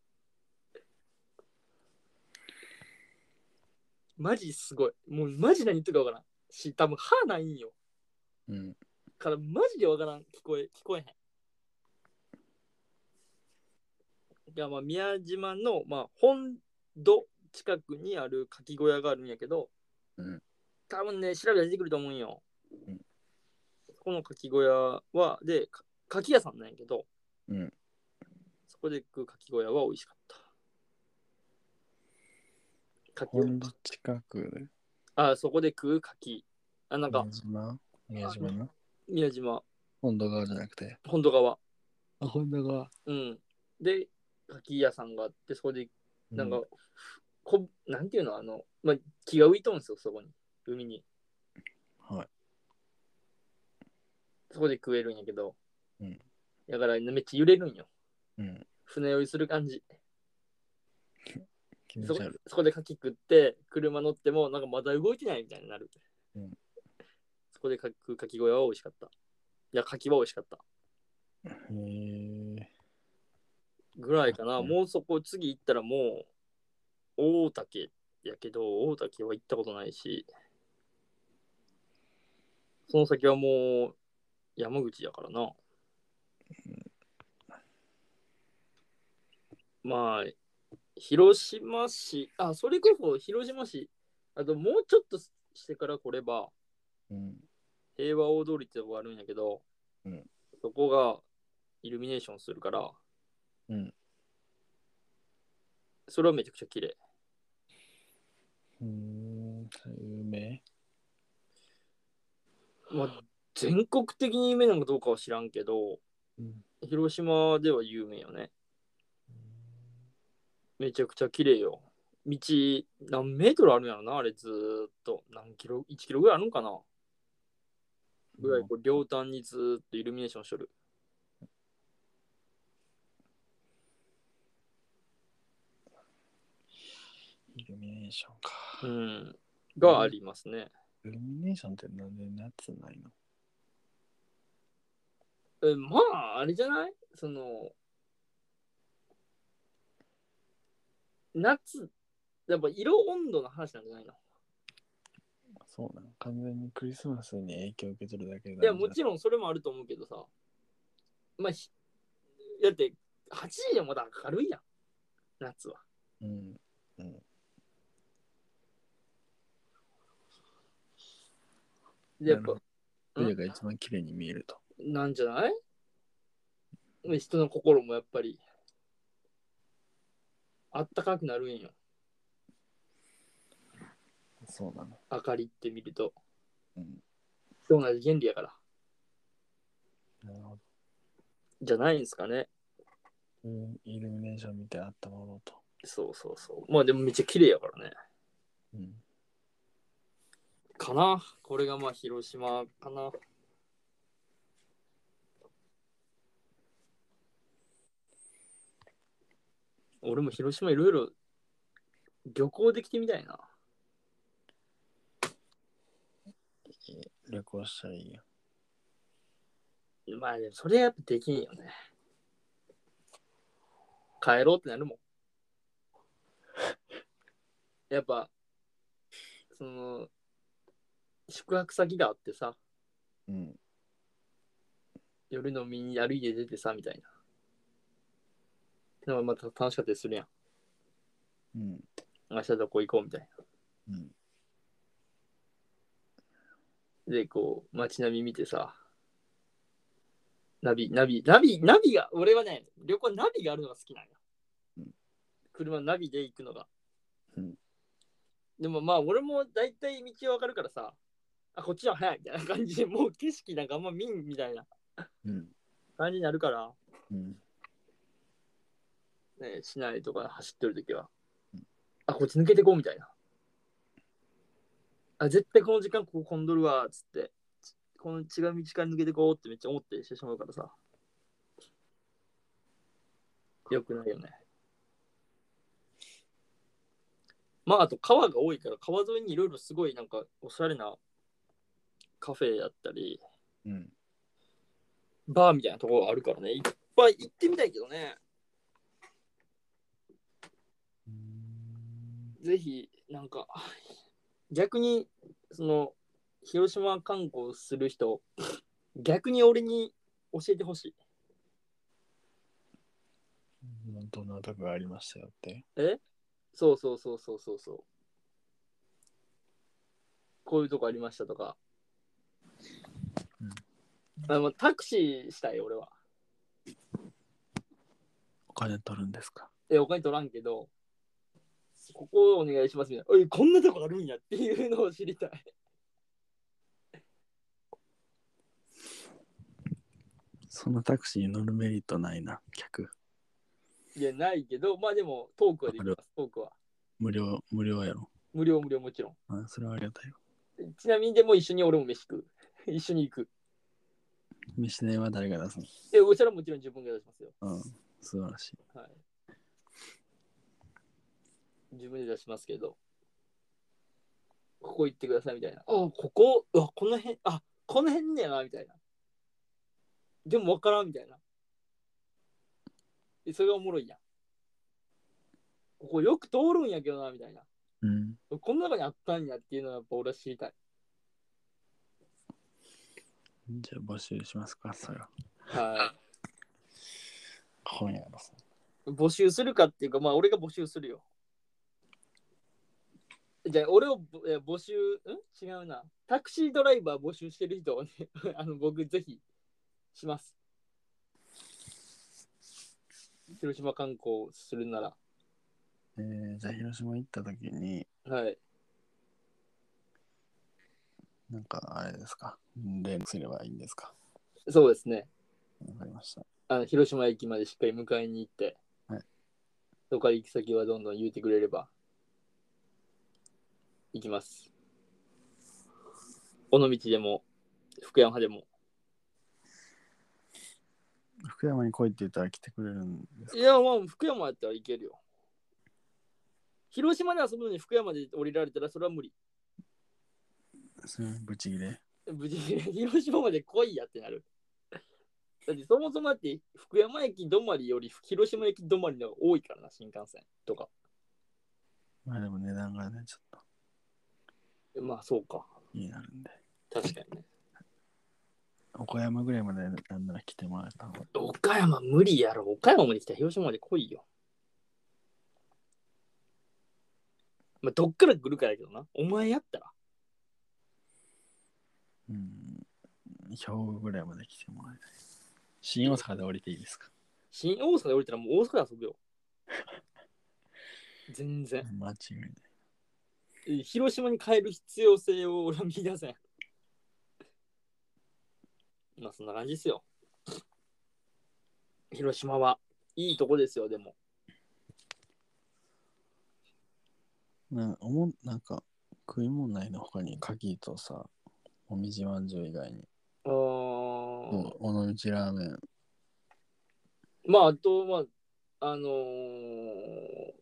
マジすごい。もうマジ何言ってるかわからん。し、多分歯ないんよ。 うん。 からマジでわからん。聞こえ、聞こえへん。いや、まあ、宮島の、まあ、本土近くにある牡蠣小屋があるんやけど、 うん。 多分ね、調べたら出てくると思うんよ。 うん。 この牡蠣小屋は、で、牡蠣屋さんなんやけど、 うん。 そこで食う牡蠣小屋は美味しかった。牡蠣本土近くであ、そこで食う牡蠣。あ、なんか宮、島宮島の宮島、 本土側じゃなくて。 本土側。 あ、本土側。 うん。で、牡蠣屋さんがあって、そこで、なんか、 うん、 こなんていうの、あの、まあ、木が浮いとんですよ、そこに。海に。 はい。 そこで食えるんやけど、 うん。 だからめっちゃ揺れるんよ。 うん。 船酔いする感じ。 そ気持ち悪い。 そこで牡蠣食って車乗ってもなんかまだ動いてないみたいになる、 うん、 そこでか食う牡蠣小屋は美味しかった。いや牡蠣は美味しかったへえ。 ぐらいかな。 うんもうそこ次行ったらもう大竹やけど大竹は行ったことないし、その先はもう山口やからな。まあ広島市、あそれこそ広島市、あともうちょっとしてから来ればうん。 平和大通りってとこがあるんやけど、 うん。 そこがイルミネーションするからうん。 それはめちゃくちゃ綺麗。 うーん。有名。 まあ全国的に有名なのかどうかは知らんけど、 うん。 広島では有名よね。めちゃくちゃ綺麗よ。道何メートルあるんやろな、あれずーっと。何キロ ?いち キロぐらいあるんかなぐらいこう両端にずーっとイルミネーションしとる。 イルミネーションか。 うん。がありますね。 イルミネーションってなんで夏ないの？ えまあ、あれじゃないその、夏、やっぱ色温度の話なんじゃないの？ そうなの。完全にクリスマスに影響を受け取るだけなんいや、 じゃもちろんそれもあると思うけどさ。まあ、だってはちじでもまだ明るいやん、夏は。 うん。うん。 で、やっぱ、 冬が一番綺麗に見えると。 なんじゃない人の心もやっぱりあったかくなるんよ。 そうなの。 明かりって見ると。 うん。 同じ原理やから。 なるほど。 じゃないんですかね。 うん、イルミネーション見てあったものと。 そうそうそう。まあでもめっちゃ綺麗やからね。 うん。 かな。これがまあ広島かな。俺も広島いろいろ旅行できてみたいな。 旅行したらいいよ。 まあでもそれやっぱできんよね。帰ろうってなるもん。やっぱ、その、宿泊先があってさ、 うん。 夜飲みに歩いて出てさ、みたいな。でもまた楽しかったりするやん。 うん。 明日どこ行こうみたいうん。 な。で、こう、街並み見てさ、ナビ、ナビ、ナビ、ナビが、俺はね、旅行ナビがあるのが好きなんよ。 うん、 車のナビで行くのが。 うん。 でもまあ、俺も大体道わかるからさ、あ、こっちは早いみたいな感じで、もう景色なんかあんま見んみたいなうん。 感じになるから、 うん。 ね、市内とか走ってるときは、 うん、 あ、こっち抜けてこうみたいな。あ、絶対この時間ここ混んどるわ、つって、この違う道から抜けてこうってめっちゃ思ってしてしまうからさ、よくないよね。まあ、あと川が多いから、川沿いにいろいろすごいなんかおしゃれなカフェやったり、 うん。 バーみたいなところがあるからね、いっぱい行ってみたいけどね。ぜひ、なんか、逆に、その、広島観光する人、逆に俺に教えてほしい。 どんなとこがありましたよって。 えそうそうそうそうそうそう。こういうとこありましたとか。 うん、 あのタクシーしたい、俺は。 お金取るんですか？ え、お金取らんけど、ここお願いしますみたいな。おい、こんなとこあるんやっていうのを知りたい。 そのタクシーに乗るメリットないな、客。 いや、ないけど、まあでも、トークはできます、トークは。 無料、無料やろ。 無料無料もちろん。 あ、それはありがたいよ。 ちなみにでも一緒に俺も飯食う。一緒に行く。 飯代は誰が出すの？ え、お茶はもちろん自分が出しますよ。 うん、素晴らしい。 はい。 自分で出しますけど、ここ行ってくださいみたいな。あ、ここ、うわ、この辺、あ、この辺ねやなみたいな。でも分からんみたいな。それがおもろいやん。ここよく通るんやけどなみたいな。 うん。 この中にあったんやっていうのはやっぱ俺は知りたい。 じゃあ募集しますか、それは。 は今夜のさ。 い。募集するかっていうか、まあ俺が募集するよ。じゃあ俺をえ募集、ん違うな。タクシードライバー募集してる人をね、あの僕ぜひします。広島観光するなら。 えー、じゃあ広島行った時に、 はい。 なんかあれですか、連絡すればいいんですか。 そうですね。 わかりました。 あの広島駅までしっかり迎えに行って、 はい。 どこから行き先はどんどん言うてくれれば行きます。尾道でも福山でも。 福山に来いって言ったら来てくれるんですか。 いや、まあ福山やったら行けるよ。広島で遊ぶのに福山で降りられたらそれは無理。 それぶち切れ。 無事広島まで来いやってなる。だってそもそもだって福山駅止まりより広島駅止まりの方が多いからな、新幹線とか。 まあでも値段がね、ちょっとまあそうか。 気になるんで。 確かにね。 岡山ぐらいまでなんなら来てもらえた方が。 岡山無理やろ。岡山まで来たら広島まで来いよ。まあどっから来るかやけどな。お前やったら。 うん。兵庫ぐらいまで来てもらえたい。新大阪で降りていいですか。 新大阪で降りたらもう大阪で遊ぶよ。全然。 間違いない。 広島に帰る必要性を俺は見出せん。まあそんな感じですよ。広島はいいとこですよ、でも。 なおもなんか食い物ないの他に牡蠣とさ、もみじまんじゅう以外に。 あー、 尾道ラーメン。 まああと、まあ、あのー、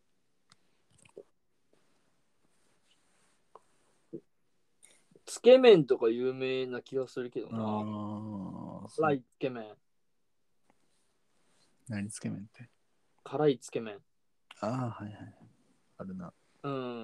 つけ麺とか有名な気がするけどな。 ああ、 辛いつけ麺。 何つけ麺って。 辛いつけ麺。 ああ、はいはい。あるな。 うん。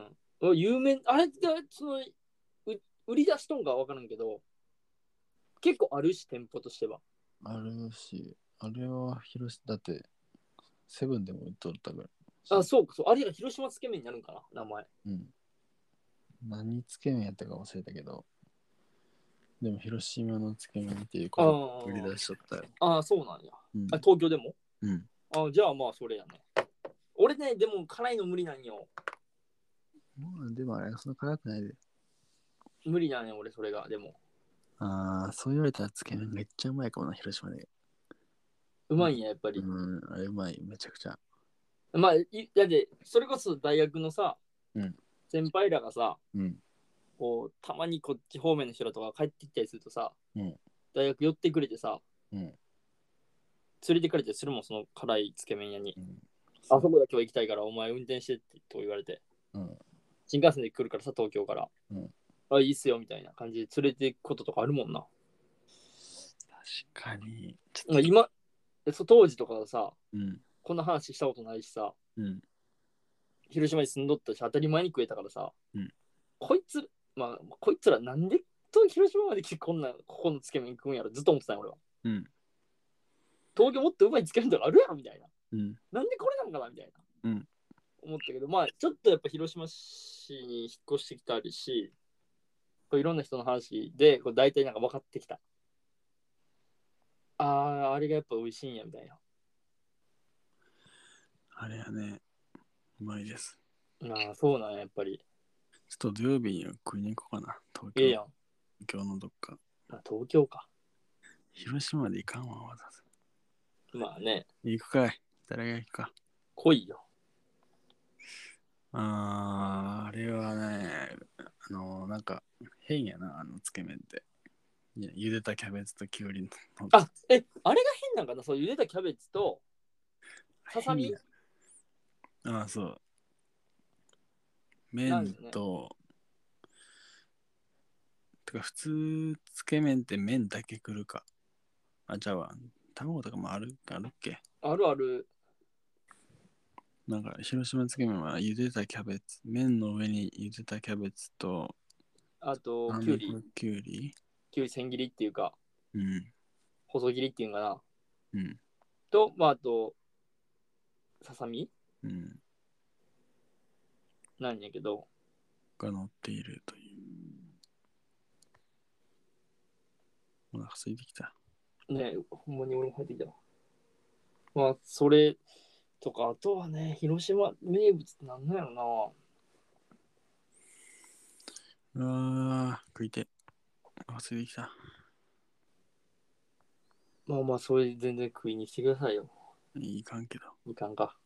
有名、あれがその売り出しとんかわからんけど、結構あるし、店舗としては。 あるし、あれは広島、だって、セブンでも売っとったぐらい。 あ、そうか、そう。あれが広島つけ麺になるんかな、名前。 うん。何つけ麺やったか忘れたけど、でも広島のつけ麺っていうこと売り出しとったよ。 ああ、そうなんや。 うん、 あ、東京でもうん。 あ、じゃあまあそれやね。俺ね、でも辛いの無理なんよ。 まあ、でもあれ、そんな辛くないで。 無理なんよ、俺それが。でも。 ああ、そう言われたらつけ麺めっちゃうまいかもな、広島で。 うまいんや、やっぱり。 うん、あれうまい、めちゃくちゃ。 まあ、いだって、それこそ大学のさ、 うん、 先輩らがさ、 うん、 こう、たまにこっち方面の人らとか帰ってきたりするとさ、 うん、 大学寄ってくれてさ、 うん、 連れてくれてするもん、その辛いつけ麺屋に。 うん。 あそこだ今日行きたいから、お前運転してってと言われて。 うん、 新幹線で来るからさ、東京から。 うん。 あ、いいっすよ、みたいな感じで連れて行くこととかあるもんな。 確かに。 今、そ当時とかはさ、 うん、 こんな話したことないしさ、 うん、 広島に住んどったし、当たり前に食えたからさ、 うん、 こいつ、まあ、こいつらなんでと広島まで来てこんな、ここのつけ麺食うんやろ、ずっと思ってたよ、俺は。 うん、 東京もっとうまいつけ麺とかあるやろ、みたいな。 うん、 なんでこれなんかな、みたいな。 うん。 思ったけど、まあ、ちょっとやっぱ広島市に引っ越してきたりし、こういろんな人の話で、こう大体なんか分かってきた。ああ、あれがやっぱ美味しいんや、みたいな。 あれやね、うまいです。 ああ、そうなんや、やっぱり。 ちょっと土曜日には食いに行こうかな、東京。 ええやん。 東京のどっか。 あ、東京か。 広島まで行かんわ、わざわざ。 まあね、 行くかい。誰が行くか。 来いよ。 あー、あれはね、あの、なんか、変やな、あのつけ麺って。いや茹でたキャベツときゅうりの。 あ、え、あれが変なんかな、そう茹でたキャベツとささみ。 ああ、そう。 麺と、ね、てか普通つけ麺って麺だけ来るか。あ、じゃあ卵とかもあるあるっけ？ あるある。 なんか広島つけ麺は茹でたキャベツ、麺の上に茹でたキャベツと、 あと、きゅうり。 きゅうりきゅうり千切りっていうか、 うん。 細切りっていうかな。 うん。 と、まあ、あと、ささみうん。 なんやけど。 が乗っているという。お腹空いてきた。 ねえ、ほんまに俺も入ってきた。まあ、それとか、あとはね、広島名物ってなんなんやろな。うわー、食いて。お腹空いてきた。 まあまあ、それ全然食いに来てくださいよ。 いいかんけど。 いかんか。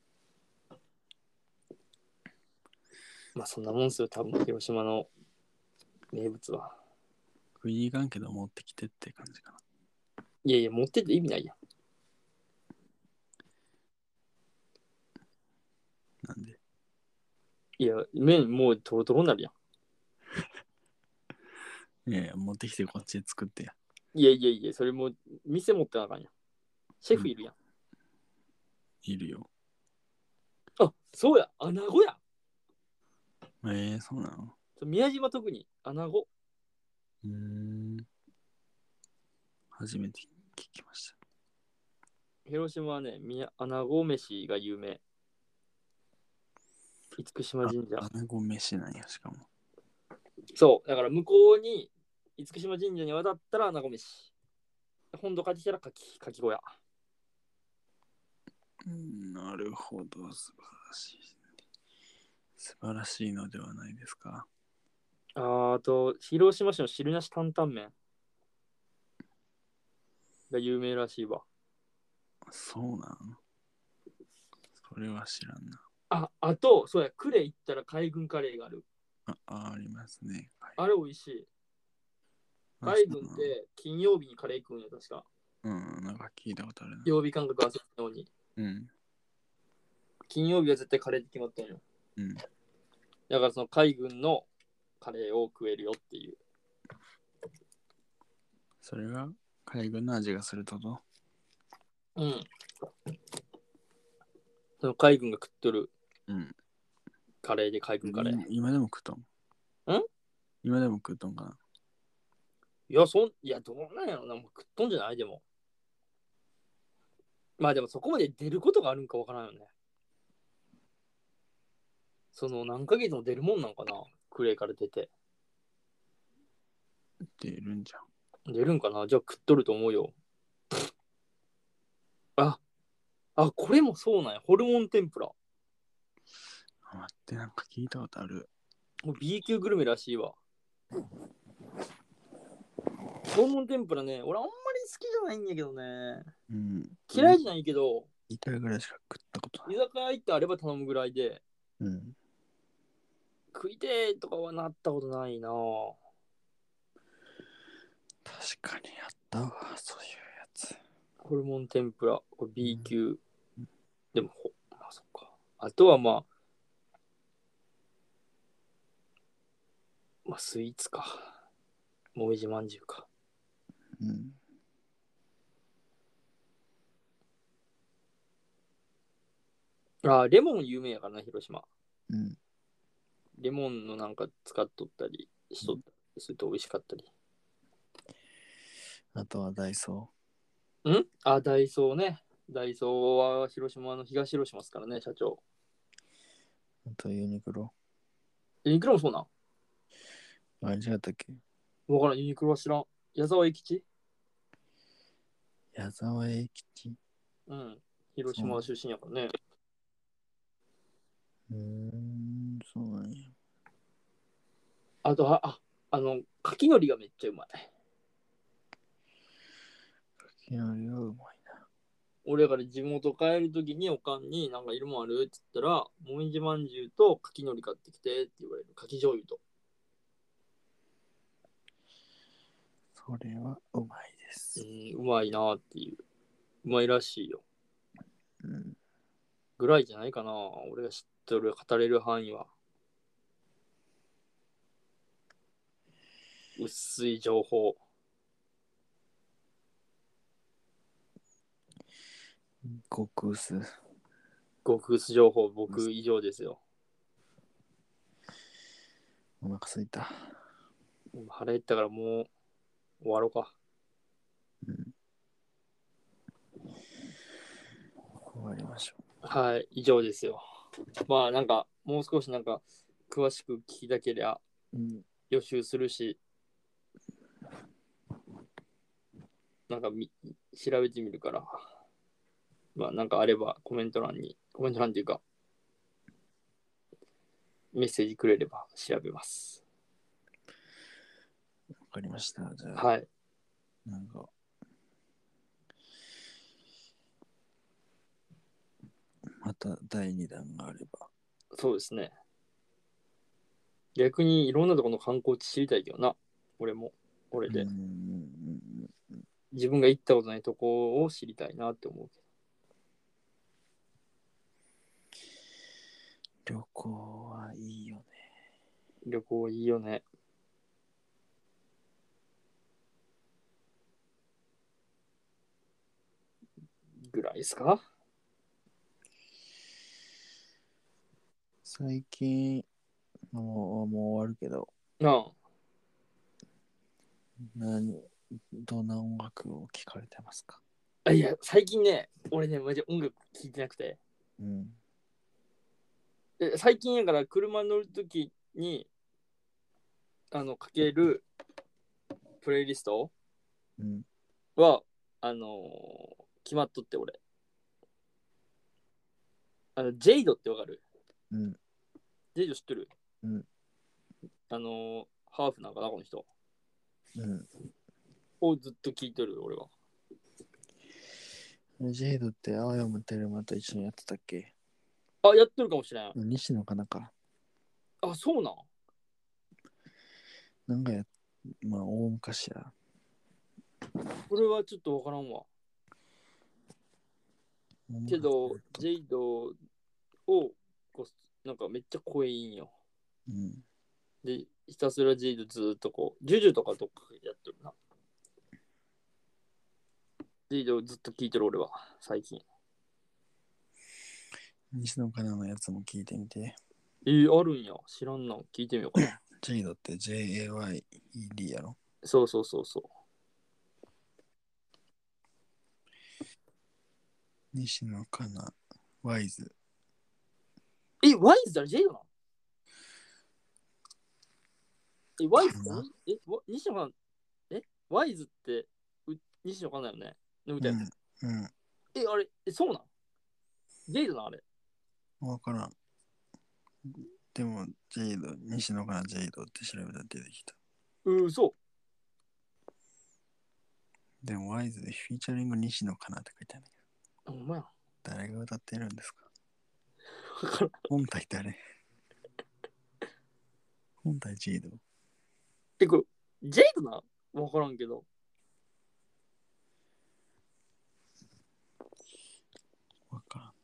まあ、そんなもんすよ、多分、広島の名物は。 食いに行かんけど持ってきてって感じかな。 いやいや、持ってって意味ないやん。 なんで？ いや、麺もうトロトロになるやいやいや、持ってきてこっちで作ってや。 ん。いやいやいや、それもう店持ってなあかんやん。シェフいるやん。 いるよ。 あ、そうや、穴子や。 えー、そうなの？ 宮島特に穴子。 うーん。初めて聞きました。 広島はね、宮穴子飯が有名。厳島神社。 穴子飯なんや、しかも。 そう、だから向こうに、厳島神社に渡ったら穴子飯。本土帰ってきたらかき、かき小屋。 うん、なるほど、素晴らしい。素晴らしいのではないですか。 あーあと、広島市の汁なし担々麺が有名らしいわ。 そうなんそれは知らんな。 あ、あと、そうや、呉行ったら海軍カレーがある。 あ、ありますね。はい、 あれ美味しい。海軍って金曜日にカレー食うんや、確か。 うん、なんか聞いたことあるな。 曜日感覚はそうように。 うん。 金曜日は絶対カレーって決まったんよ。 うん。 だからその海軍のカレーを食えるよっていう。 それが海軍の味がするとと。 うん。その海軍が食っとるうん。 カレーで海軍カレー。 今でも食っとんん今でも食っとんかな。 いや、そん、いや、どうなんやろな。もう食っとんじゃないでも。まあでもそこまで出ることがあるんかわからんよね。その何ヶ月も出るもんなんかな。クレイから出て。 出るんじゃん。 出るんかな。じゃあ食っとると思うよ。あ、あ、これもそうなんや。ホルモン天ぷら。 待って、なんか聞いたことある。 もう B 級グルメらしいわ。ホルモン天ぷらね、俺あんまり好きじゃないんやけどね。 うん。 嫌いじゃないけど、 いくらぐらいしか食ったことない。 居酒屋行ってあれば頼むぐらいで、 うん。 食いてーとかはなったことないな。 確かにあったわ、そういうやつ。 ホルモン天ぷら、これ B 級。 うん、 でも、まあそっか。あとはまあ、まあスイーツか。もみじまんじゅうか。 うん。 あ、レモン有名やからな、広島。 うん。 レモンのなんか使っとったりしとったりすると美味しかったり。 あとはダイソんあ、ダイソーね。ダイソーは広島の東広島ですからね、社長。 ー。あとユニクロ。 ユニクロもそうなんあれ違ったっけ？ わからん、ユニクロは知らん。矢沢永吉矢沢永吉。 うん。広島出身やからね。 うーん、そうなんや。 あとは、あ、あの、かきのりがめっちゃうまい。 かきのりはうまいな。 俺から地元帰るときにおかんになんかいるもんあるって言ったら、もみじまんじゅうとかきのり買ってきてって言われる。かき醤油と。 それはうまいでうす。 ん、うまいなっていう。うまいらしいよ。 うん。 ぐらいじゃないかな。俺が知ってる語れる範囲は。 薄い情報。 極薄。 極薄情報、僕以上ですよ。 お腹すいた。 腹減ったからもう終わろうか。 うん。終わりましょはい、以上ですよ。まあなんか、もう少しなんか、詳しく聞きたけりゃう。うん。 予習するし、なんかみ調べてみるから、まあなんかあればコメント欄に、コメント欄っていうか、メッセージくれれば調べます。 わかりました。じゃあ、 はい。 なんか、まただいにだんがあれば。 そうですね。逆にいろんなところの観光地知りたいけどな。俺も、俺で。 うんうんうん自分が行ったことないとこを知りたいなって思うけ旅行はいいよね。 ど。旅行いいよね。ぐらいですか？ 最近、もう、もう終わるけど、 な何、どんな音楽を聴かれてますか？ あ。いや、最近ね、俺ね、マジ音楽聴いてなくて。 うん。 え最近やから車に乗るときに、あの、かけるプレイリストうん。 は、あのー決まっとって俺。あの、ジェイドってわかる？ うん。 ジェイド知ってる？ うん。 あのーハーフなんかな、この人。 うん。 をずっと聴いてる、俺は。 ジェイドって青山テルマと一緒にやってたっけ？ あ、やってるかもしれん。 西野かなか。 あ、そうなん？ なんかや、まあ大昔や。 これはちょっとわからんわ。けど、ジェイドをこう、なんかめっちゃ声いいんよ。 うん。 で、ひたすらジェイドずっとこう、ジュジュとかとかやってるな。ジェイドをずっと聞いてる俺は、最近。 西野かなのやつも聞いてみて。 えー、あるんや。知らんな。聞いてみようかな。 ジェイドって ジェイエーワイイーディー やろ？ そうそうそうそう。 西野かな、ワイズ。 え、ワイズだ、ジェイドなの？え、ワイズってかな。 え、わ西野かな？え、ワイズってう西野かなよねの歌やね。 うん。 え、あれ、え、そうなんジェイドなあれ。 うん。わからん。でも、ジェイド、西野かなジェイドって調べたら出てきた。 うー、そでも、ワイズでフィーチャリング西野かなって書いてあるんだけう。ほんまや。 ど、誰が歌ってるんですか？ わからん。 本体誰？本体ジェイド？ え、これ、ジェイドなわからんけど。 わからん。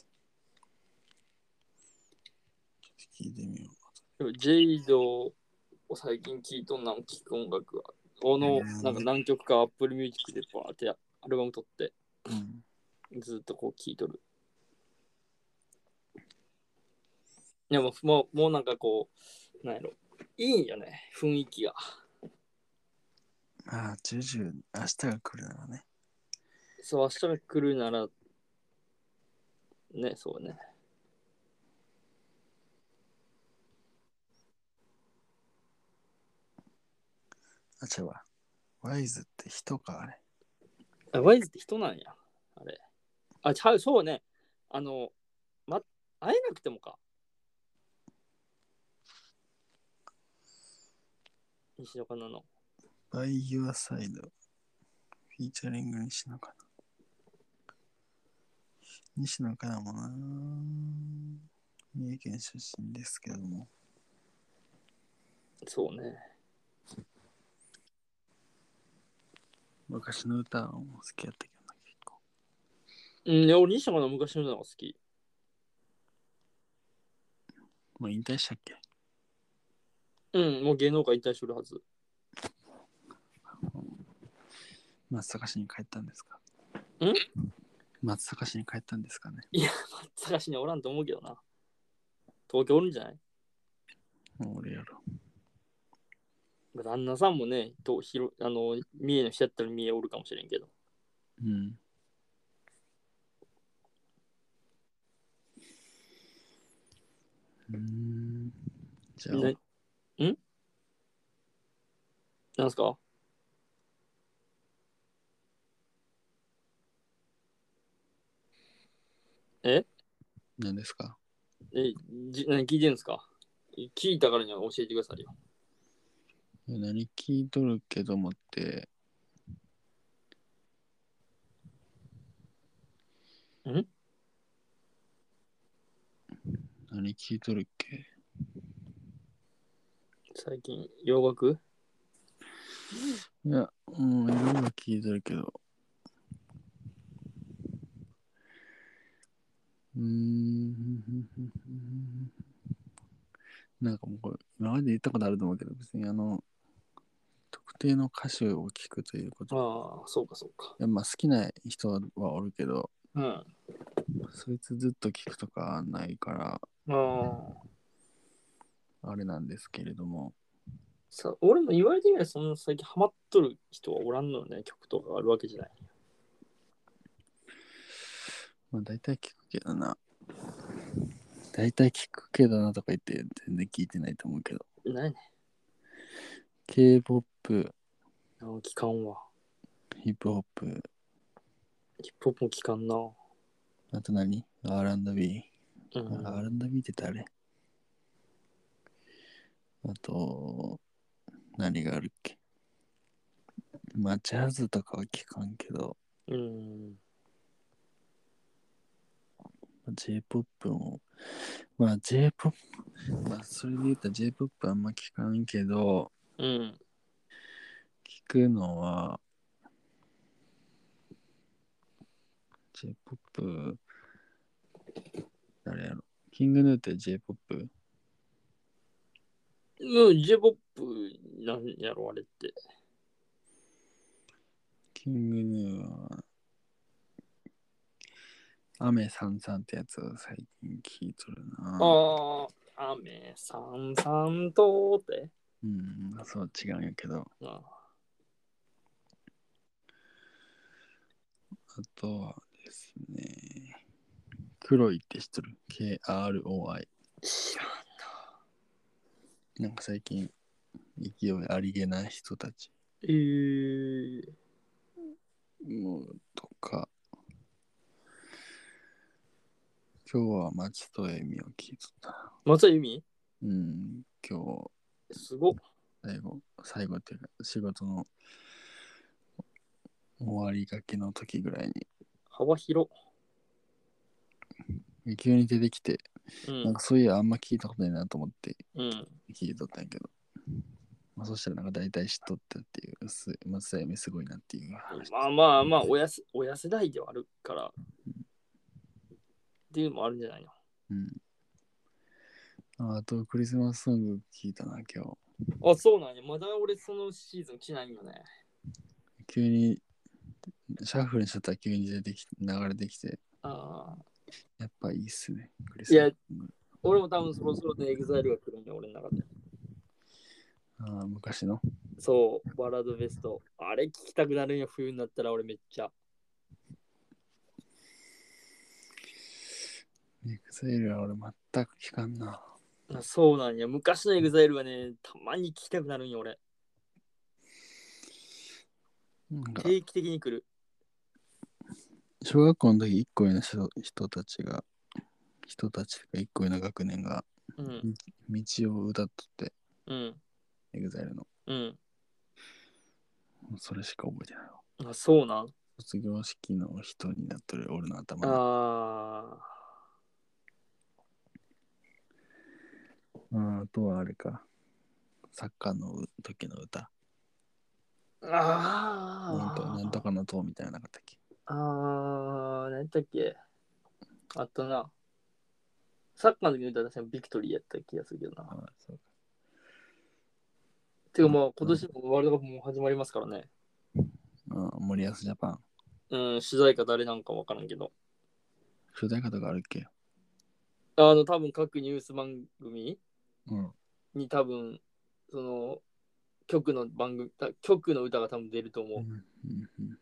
聞いてみよでもジェイドを最近聴いとんなん聞く音楽は。この、なんか何曲か Apple Music でバーってアルバム撮って、 う。うん。 ずっとこう聴いとる。でももう、もうなんかこう、なんやろ。いいんよね、雰囲気が。 ああ、ジュジュ、明日が来るならね。 そう、明日が来るなら、ね、そうね。 あ、違うわ。ワイズって人か、あれ。 あ、ワイズって人なんや。あれ。あ、ちゃう、そうね。あの、ま、会えなくてもか。西野カナの。 バイユアサイド。フィーチャリング西野かな。西野かなもな。三重県出身ですけども。 そうね。 昔の歌も好きやったけどな、結構。 うん、いや、俺、西野カナ昔の歌が好き。 もう引退したっけ？ うん、もう芸能界引退してるはず。 松阪市に帰ったんですか？ ん松阪市に帰ったんですかね？ いや、松阪市におらんと思うけどな。東京おるんじゃない？ 俺やろ。 旦那さんもね、とひろあの三重の人やったら三重おるかもしれんけど。 うん。うーん。じゃあ、 な、んなんすか？え何ですか？ え、じ何聞いてんすか？聞いたからには教えてくださいよ。 何聞いとるけどもって、 ん何聞いとるっけ？ 最近、洋楽いや、うん、いろいろ聞いとるけど、うーん、なんかもうこれ、今まで言ったことあると思うけど、別にあの、特定の歌手を聞くということ。 ああ、そうかそうか。 いやまあ好きな人はおるけど、 うん。あそいつずっと聞くとかないから、 あ。 あれなんですけれども、 さ、俺も言われてみればそんな最近ハマっとる人はおらんのよね、曲とかあるわけじゃない。 まあ大体聞くけどな。大体聞くけどなとか言って全然聞いてないと思うけど。 何やね K-ポップ、 ん。ああ、聞かんわ。 ヒップホップ、 ヒップホップも聞かんな。 あと何？ アールアンドビー。 うん。 アールアンドビー って誰？あと、何があるっけ？まあ、ジャズとかは聞かんけど、 うん。 J-ポップ も、まあ J-ポップ、まあそれで言ったら J-ポップ あんま聞かんけど、 うん。 聞くのは J-ポップ、誰やろ？キングヌーって J-ポップ？ もう J-ポップ なんやろ、あれって。 キングヌーは、雨さんさんってやつを最近聞いとるな。 ああ、雨さんさんとって。 うん、そう違うんやけど、 ああとはですね、黒いって知っとる？ ケーアールオーアイ。 知らん。 なんか最近勢いありげな人たちえー、 もうとか、今日は松任谷由実を聞いとった。 松田由美うん、今日すごっ。 最後、最後っていうか仕事の終わりがけの時ぐらい幅広。 に急に出てきて、 うん。 なんかそういやあんま聞いたことないなと思ってうん。 聞いとったんやけど、まあ、そしたらなんか大体知っとったっていう、す松任谷由実すごいなっていう話。 まあまあまあ、親す親世代ではあるから、っていうのもあるんじゃないの。 うん。ああとクリスマスソング聞いたな今日。 あ、そうなんや。まだ俺そのシーズン来ないよね。 急にシャッフルにしちゃったら急に出てきて流れてきて、 ああ。 やっぱいいっすねクリいや、 スマスソング。 俺も多分そろそろでエグザイルが来るんよ、俺の中で。 ああ昔のそう、バラードベスト。あれ聞きたくなるんよ、冬になったら俺めっちゃ。 エグザイルは俺全く聞かんな。 あそうなんや。昔のエグザイルはね、たまに聞きたくなるんよ、俺。 なんか定期的に来る。 小学校の時一個上の人人たちが人たちが一個上の学年がうん。 道を歌っとってうん。 エグザイルのうん。 それしか覚えてないわ。 あ、そうなん。 卒業式の人になっとる俺の頭の。 あああとはあれか、サッカーの時の歌。 ー。あなんとなんとかの塔みたいなのなかったっけ？ あ。ああ。何だっけ。あったな。サッカーの時の歌は確かにビクトリーやった気がするけどな。 ああそうてかまあ今年もワールドカップも始まりますからね。 か。 うん、森保ジャパン。 うん、主題歌誰なんかわからんけど。 主題歌とかあるっけ？ あの、多分各ニュース番組うん。 に多分、その、曲の番組、曲の歌が多分出ると思う。 うんうんうん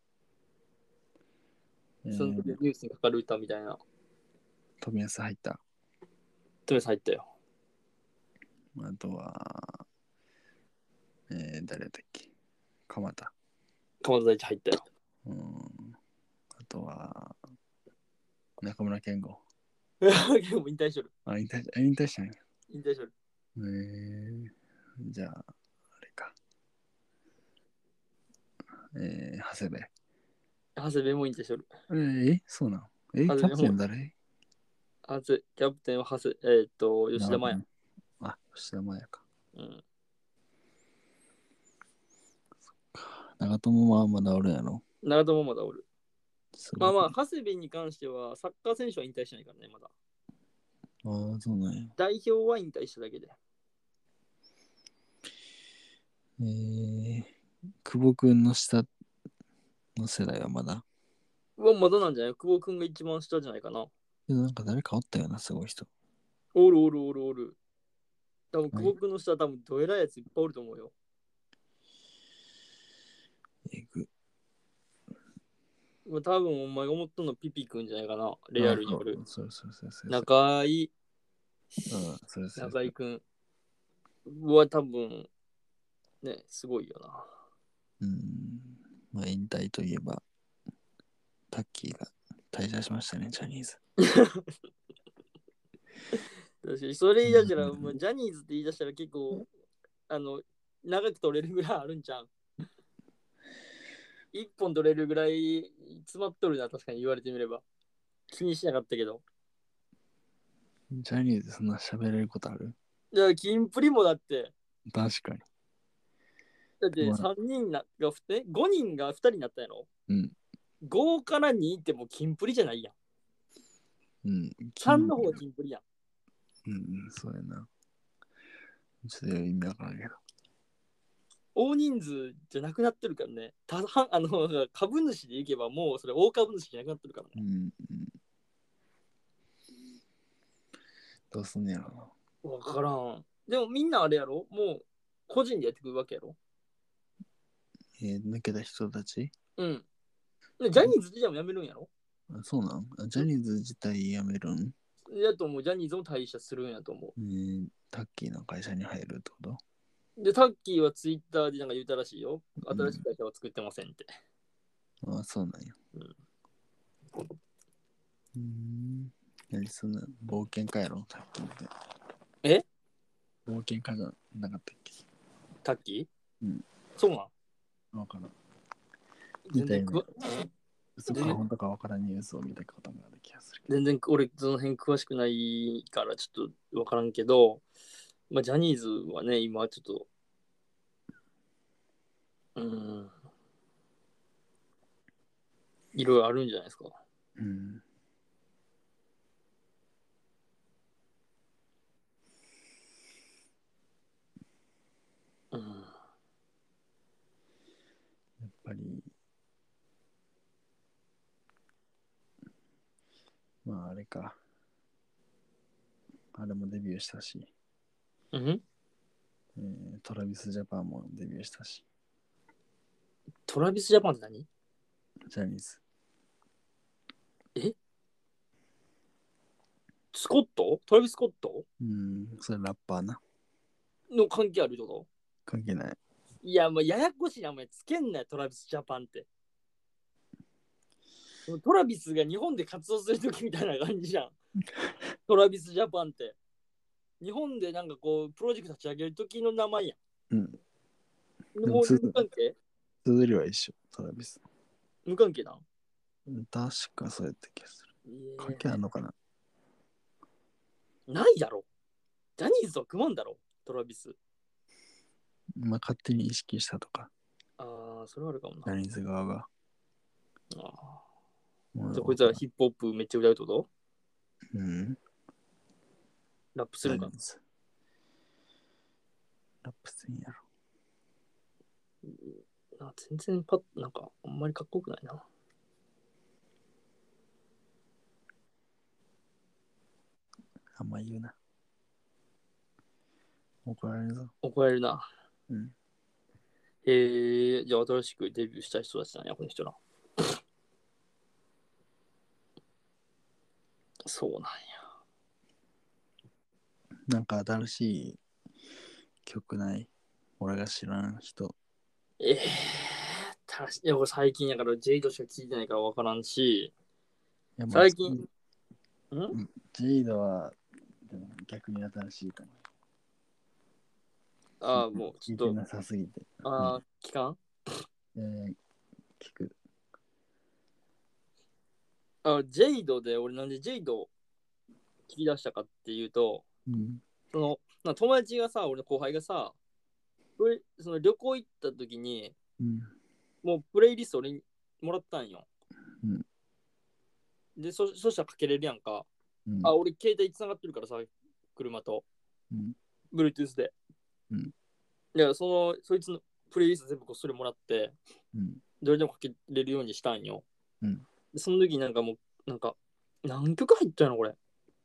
うん、 その時ニュースにかかる歌みたいな。 富安入った。 トメス入ったよ。 あとは、えー、誰だっけ？鎌田。 鎌田大地入ったよ。 うん。あとは、中村健吾。 でも引退しとる。 あ、引退、引退したんや。 引退しとる。 えー、じゃあ、あれか。えー、長谷部。 長谷部も引退しとる。 えー、えそうなん？え、キャプテン誰？ 長谷キャプテンは長谷、えー、っと、吉田麻也。 あ、吉田麻也か。 うん。 長友はまだおるやろ。 長友まだおる。まあまあ、長谷部に関しては、サッカー選手は引退しないからね、まだ。 ああ、そうなんや。 代表は引退しただけで。 えー、久保くんの下の世代はまだ。 うわ、まだなんじゃない？久保君が一番下じゃないかな。 でもなんか誰かおったよな、すごい人。 おるおるおるおる。多分、 はい久保君の下、多分、どえらいやついっぱいおると思うよ。 えぐ。 まあ、多分、お前が思ったのピピ君じゃないかな。レアルにおる。 そうそうそうそう。 中井、 うん、それそれ。 中井君は多分、ね、すごいよな。 うん。まあ、引退といえば、タッキーが退社しましたね、ジャニーズ。 確かに、それ言い出したら、まあ、ジャニーズって言い出したら結構、あの、長く取れるぐらいあるんじゃん。一本取れるぐらい詰まっとるな、確かに言われてみれば。気にしなかったけど。 ジャニーズそんな喋れることある？ いや、キンプリもだって、 確かに。 だってさんにんがふて、ごにんがふたりになったやろ。 うん。 ごからにってもうキンプリじゃないやん。 うん。 さんの方がキンプリやん。 うん、そうやな。ちょっと意味わからんけど。 大人数じゃなくなってるからね。たはあの株主でいけばもうそれ大株主じゃなくなってるからね。 うんうん。どうすんねやろな。わからん。でもみんなあれやろ？もう個人でやってくるわけやろ？ えー、抜けた人たち？ うん。ジャニーズ自体もやめるんやろ？ あ、そうなんあ？ジャニーズ自体やめるん？ やと思う。ジャニーズも退社するんやと思う。 えー、タッキーの会社に入るってこと？ で、タッキーはツイッターでなんか言ったらしいよ。新しい会社は作ってませんって。 うん、あ、そうなんや。うん。何そんな冒険家やろタッキーって。 え？ 冒険家じゃなかったっけ？ タッキーうん。 そうなん？ わからん。 全然くわ嘘か本当かわからんニュースを見たことがある気がするけど。 全然俺その辺詳しくないからちょっとわからんけど、まあ、ジャニーズはね、今ちょっと、うん、いろいろあるんじゃないですか。 うん。 うん、 やっぱり、まああれか。あれもデビューしたし、 うん、 えー、トラビスジャパンもデビューしたし、 トラビスジャパンって何？ ジャニーズ。 えスコットトラビス・スコットうん、それラッパーな。 の関係あるってこと？ 関係ない。 いや、もうややこしいな、お前つけんなよ、トラビスジャパンって。トラビスが日本で活動するときみたいな感じじゃん。トラビスジャパンって。日本でなんかこう、プロジェクト立ち上げるときの名前やん。 うん。 もう無関係？ 綴りは一緒、トラビス。 無関係な。 確かそうやった気がする。関係あるのかな？ ないだろ。ジャニーズとは組まんだろ、トラビス。 まあ勝手に意識したとか。 ああ、それはあるかもな。 ジャニーズ側が。 あまあじゃあこいつはヒップホップめっちゃ歌うってこと？ うん。 ラップするんか。 ラップせんやろ。 な全然パッ、なんか、あんまりかっこよくないな。 あんま言うな。怒られるぞ。 怒られるな。 うん。 へえ、じゃあ新しくデビューした人たちなんや、この人ら。そうなんや。 なんか新しい曲ない俺が知らん人。 ええー、たしいや、これ最近やからジェイドしか聞いてないから分からんし、 いやまあ、 最近、んジェイドはでも逆に新しいかも。 ああ、もうちょっと、 聞いてなさすぎて。 ああ、期間えー、聞く。 あ、ジェイドで、俺なんでジェイド聞き出したかっていうと、 うん。 その、な友達がさ、俺の後輩がさ、これその旅行行った時に、 うん。 もうプレイリスト俺にもらったんよ。 うん。 で、そそしたらかけれるやんか。 うん。 あ、俺携帯つながってるからさ、車と。 うん。 Bluetooth で。 うん。 いや、その、そいつのプレイリスト全部こっそりもらって、 うん。 どれでもかけれるようにしたんよ。 うん。 で、その時になんかもう、なんか、何曲入ったんやろ、これ。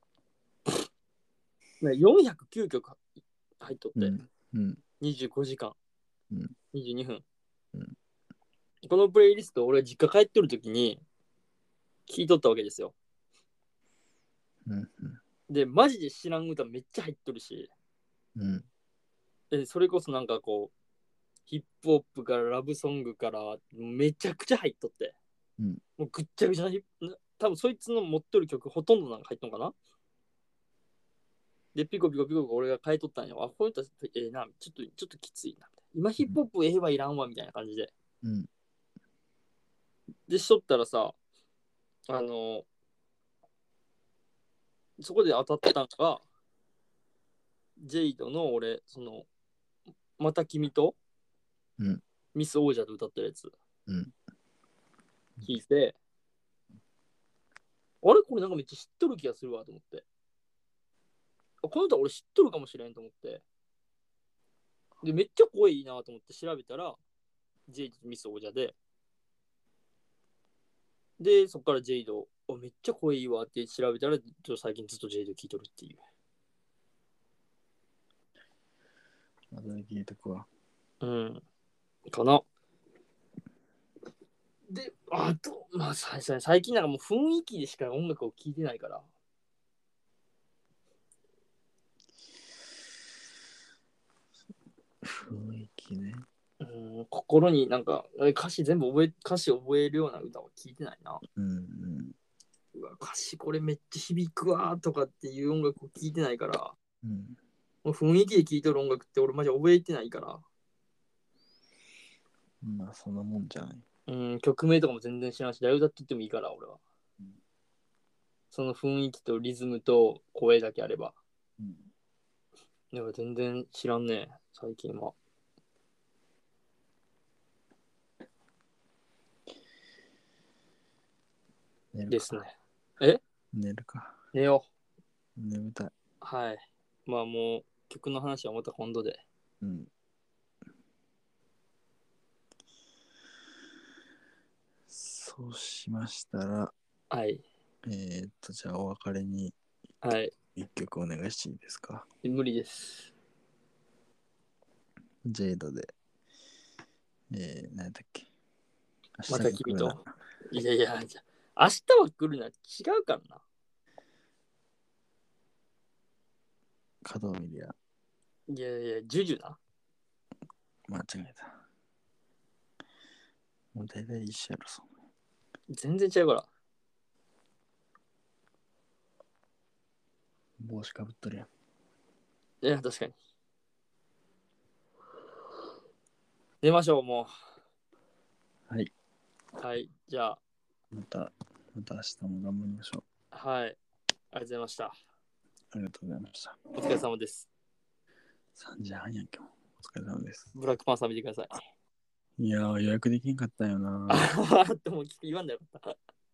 ねよんひゃくきゅうきょく入っとって、 うん。うん。 にじゅうごじかん、 うん。 にじゅうにふん。 うん。 このプレイリスト、俺実家帰ってる時に聞いとったわけですよ。 うん。 で、マジで知らん歌めっちゃ入っとるし、 うん。 でそれこそなんかこう、ヒップホップからラブソングからめちゃくちゃ入っとって、 うん。 もうぐっちゃぐちゃなヒップ、多分そいつの持っとる曲ほとんどなんか入っとんかな。で、ピコピコピコピコ俺が変えとったんよ。あ、こういう歌ええな、ちょっと、ちょっときついな。今ヒップホップええはいらんわみたいな感じで。 うん。 で、しとったらさ、あの、そこで当たったのが、ジェイドの俺、その、また君と、 うん。 ミス王者で歌ってるやつうん。 聞いて、あれこれなんかめっちゃ知っとる気がするわと思って。この歌俺知っとるかもしれんと思って。で、めっちゃ声いいなと思って調べたら、ジェイドとミス王者で、で、そこからジェイド、あめっちゃ声いいわって調べたら、ちょっと最近ずっとジェイド聞いとるっていう。 まだ聞いてくわ。 うん。かな。で、あと、まあ、最近なんかもう雰囲気でしか音楽を聴いてないから。 雰囲気ね。 うん、心になんか歌詞全部覚え、歌詞覚えるような歌は聴いてないな。 うん。うん。 うわ歌詞これめっちゃ響くわとかっていう音楽を聴いてないから、 うん。 もう雰囲気で聴いてる音楽って俺マジ覚えてないから、 まあ、そんなもんじゃない。 うん、曲名とかも全然知らんし、誰歌ってってもいいから、俺は。 うん。 その雰囲気とリズムと声だけあれば。 うん。 だから全然知らんね、最近は。 寝るか。 ですね。え寝るか。 寝よ眠たい。 う。はい。まあもう曲の話はまた今度で。 うん。そうしましたら、 はい。 えー、っと、じゃあお別れにはい。 一曲お願いしていいですか。 無理です。 ジェイドで、えー、何だっけ。明ま日が来るな。 た君と。いやいや、じゃ明日は来るな。違うからな。 角を見りゃいやいや、ジュジュな。 間違えた。もう大体一緒やろ、そんな。 全然違うから。 帽子かぶっとるやん。 いや、確かに。寝ましょう、もはい。 う。はい。じゃあ、 また、また明日も頑張りましょう。 はい。ありがとうございました。 ありがとうございました。 お疲れ様です。 さんじはんやんけも。お疲れ様です。 ブラックパンサー見てください。 いやー、予約できんかったよな。 あっても言わんだよかった。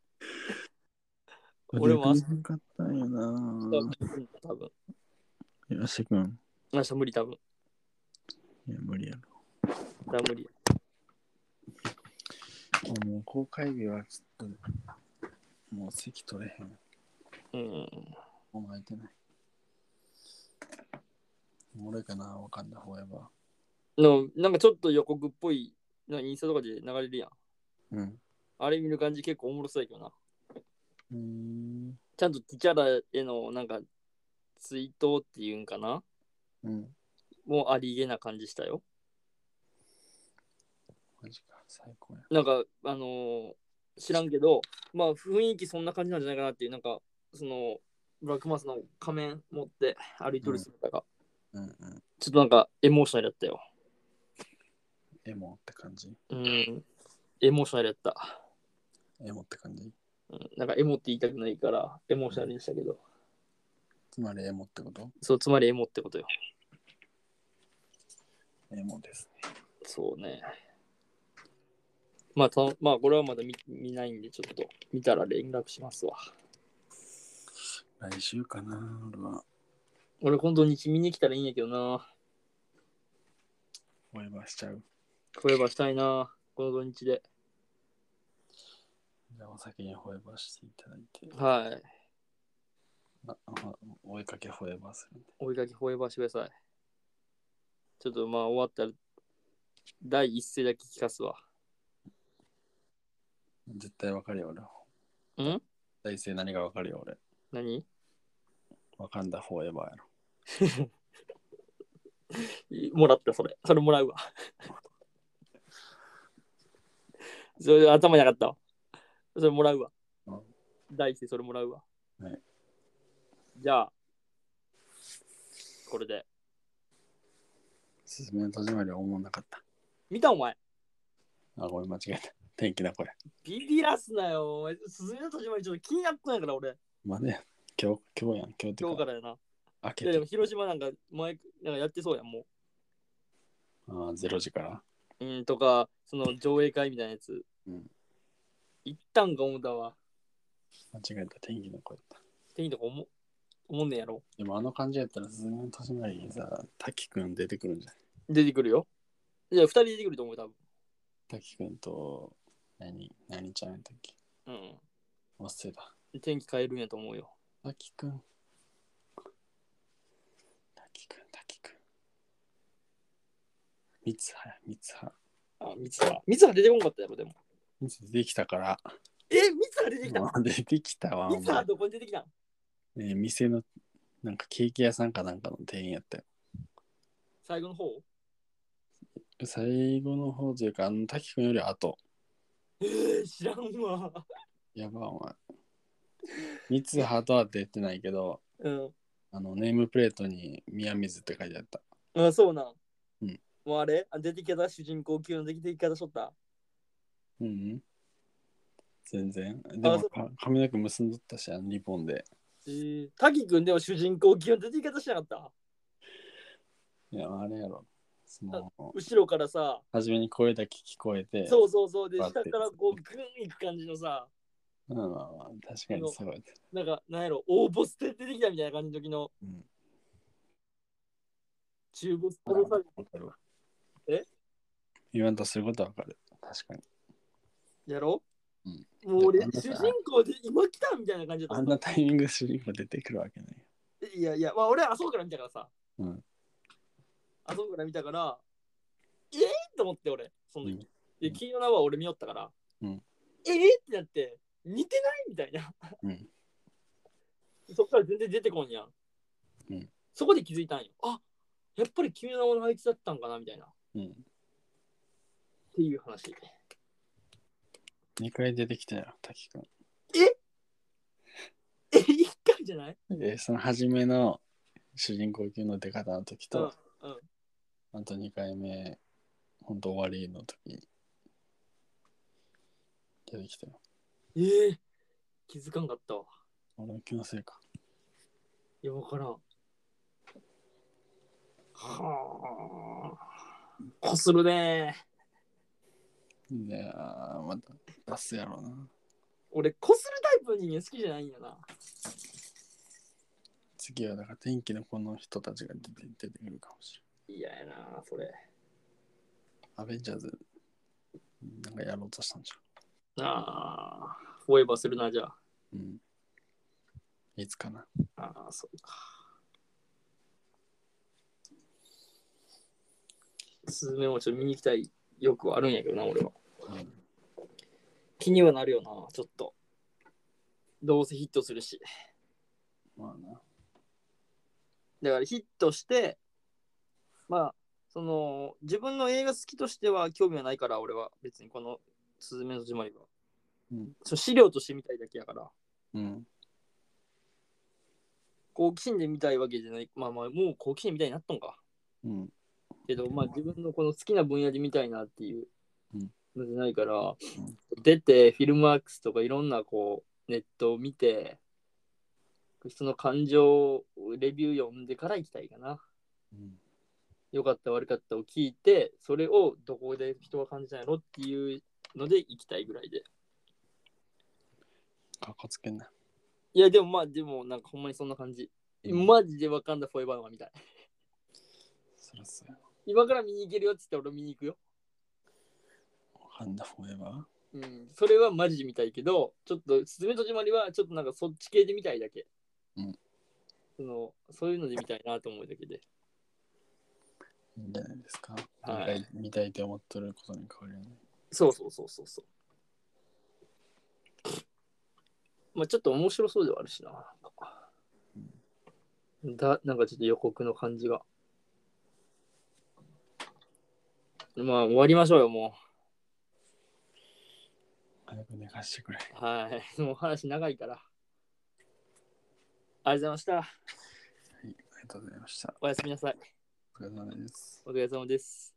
俺も明日予約できんかったんよな。 多分。 よしくん。 明日無理多分。 いや、無理やろ。 だ無理。 もう公開日はちょっと、もう席取れへん。 うん。 もう空いてない。俺かな、わかんない方やば。 の、なんかちょっと予告っぽい、なんかインスタとかで流れるやん。 うん。 あれ見る感じ結構おもろそうやけどな。 うーん。 ちゃんとティチャラへのなんか追悼っていうんかなうん。 もうありげな感じしたよ。 マジか、最高や。 なんか、あのー知らんけど、まあ雰囲気そんな感じなんじゃないかなっていう、なんか、その、ブラックマスの仮面持って歩いとる姿が、 うんうん。 ちょっとなんかエモーショナルだったよ。 エモって感じ。 うん、エモーショナルやった。 エモって感じ。 うん、なんかエモって言いたくないから、エモーショナルにしたけど、 つまりエモってこと？ そう、つまりエモってことよ。 エモですね。 そうね。まあ、たまあ、これはまだ 見, 見ないんで、ちょっと見たら連絡しますわ。 来週かな、俺は。 俺、今度日見に来たらいいんやけどな。 フォーエバーしちゃう。 フォーエバーしたいな、この土日で。 じゃあお先にフォーエバーしていただいて。 はい。 ああ追いかけフォーエバーするんで。 追いかけフォーエバーしてください。ちょっとまあ、終わったら、第一声だけ聞かすわ。 絶対わかるよ、俺。 ん大勢何がわかるよ、俺。 何わかんだフォーエバーやろ。 もらった、それ。それもらうわ。それ頭になかったわ。それもらうわ。 うん、 第一声それもらうわ。 はい。 じゃあ、これで。 すずめの戸締まりは思わなかった。 見たお前。 あ、ごめん、間違えた。天気だ、これ。 ビビらすなよ。お前すずめの戸締まりちょっと気になったんやから、俺。 まあね、今日、今日やん、今日ってか。 今日からやな。 開けて。 いやでも広島なんか前なんかやってそうやん、もああ、ゼロ時から。 う。うん、とか、その上映会みたいなやつ。 うん。 行ったんか思ったわ。 間違えた、天気の子やった。 天気とか思思んねんやろ。 でもあの感じやったら、すずめの戸締まりにさ、滝くん出てくるんじゃない？ 出てくるよ。いや、二人出てくると思う、多分。 滝くんと、何、何ちゃんやったっけ？ う忘れた。 ん。天気変えるんやと思うよ。 滝くん。滝くん、滝くん。三葉や、三葉。 あ、三葉。三葉出てこんかったやろ、でも。 三葉出てきたから。 え、三葉出てきた。 もう出てきたわ。 三葉どこに出てきたん？ ね、店の、なんかケーキ屋さんかなんかの店員やったよ。 最後の方？ 最後の方というか、あの、滝くんより後。 えー、知らんわ。 やば、お前。三葉とは出てないけど、 うん。 あの、ネームプレートに宮水って書いてあった。 あ、そうなん。 うん。 もうあれあ出てき方、主人公級の出てき方しとった。 うん、うん。全然。でもあ、そうか髪の毛結んどったし、あのリボンで。 えー、滝くんでも主人公級の出てき方しなかった。 いや、あれやろ。その、 後ろからさ、 初めに声だけ聞こえて、 そうそうそう、で、 バッて下からこう、グンいく感じのさ、 うん、まあまあ確かにそうやで。 なんか、なんやろ、大ボスで出てきたみたいな感じの時の、 うん。 中ボス殺されわかるわ。 え言わんとすることはわかる。確かに。 やろうん。 もう俺、 であんなさ主人公で今来たみたいな感じだったあんなタイミングで主人公出てくるわけない。 いやいや、まあ俺はあそこから見たからさ、 うん。 あそこから見たから、えーと思って俺、その時。 うんで、君の名は俺見よったから、 うんえーってなって、似てないみたいな。 うん。 そっから全然出てこんやん。 うん。 そこで気づいたんよ。あ、やっぱり君の名はあいつだったんかなみたいな。っうん。 ていう話。 にかい出てきたよ、滝くん。 ええ、一回じゃない？ で、その初めの主人公級の出方の時と、 うんうん。 あとにかいめ、ほんと終わりの時に出てきたよ。 えー、気づかんかったわ。 俺の気のせいか。 いや、わからん。はあ。こするねいやー、また出すやろうな。 俺、こするタイプの人間好きじゃないんやな。 次はだから天気のこの人たちが出て出てくるかもしれ嫌やな、それ。 ない。アベンジャーズ、なんかやろうとしたんじああ、フォーエバーするな、じゃあ。 うん。いつかな。 ああ、そうか。スズメもちょっと見に行きたい欲はあるんやけどな、俺は。 うん。 気にはなるよな、ちょっと。どうせヒットするし。 まあな。 だからヒットして、まあ、その、自分の映画好きとしては興味はないから、俺は別にこのスズメの戸締まりは。 うん。 その資料として見たいだけやから、 うん。 好奇心で見たいわけじゃない。まあまあ、もう好奇心みたいになっとんか。 うん。 けど、まあ自分のこの好きな分野で見たいなっていううんのじゃないから、 うん出て、フィルマークスとかいろんなこう、ネットを見て、その感情、レビュー読んでから行きたいかな。 うん。 良かった悪かったを聞いて、それをどこで人が感じたんやろっていうので行きたいぐらいで。 かっこつけんな。 いや、でもまあ、でもなんかほんまにそんな感じ。 うん、 マジでわかんだフォーエバーのが見たい。 そらそうや。 今から見に行けるよって言って俺見に行くよ。 わかんだフォーエバー。 うん、それはマジで見たいけど、ちょっと、すずめとじまりはちょっとなんかそっち系で見たいだけ。 うん。 そのそういうので見たいなと思うだけで。 いいんじゃないですか。 はい、 見たいって思ってることに変わりはない。 そうそうそうそうそう。まあちょっと面白そうではあるしな。うん、だなんかちょっと予告の感じが。まあ終わりましょうよ、も早く寝かしてくれ。 う。はい。もう話長いから。ありがとうございました。 はい、ありがとうございました。 おやすみなさい。 お疲れ様です。 お疲れ様です。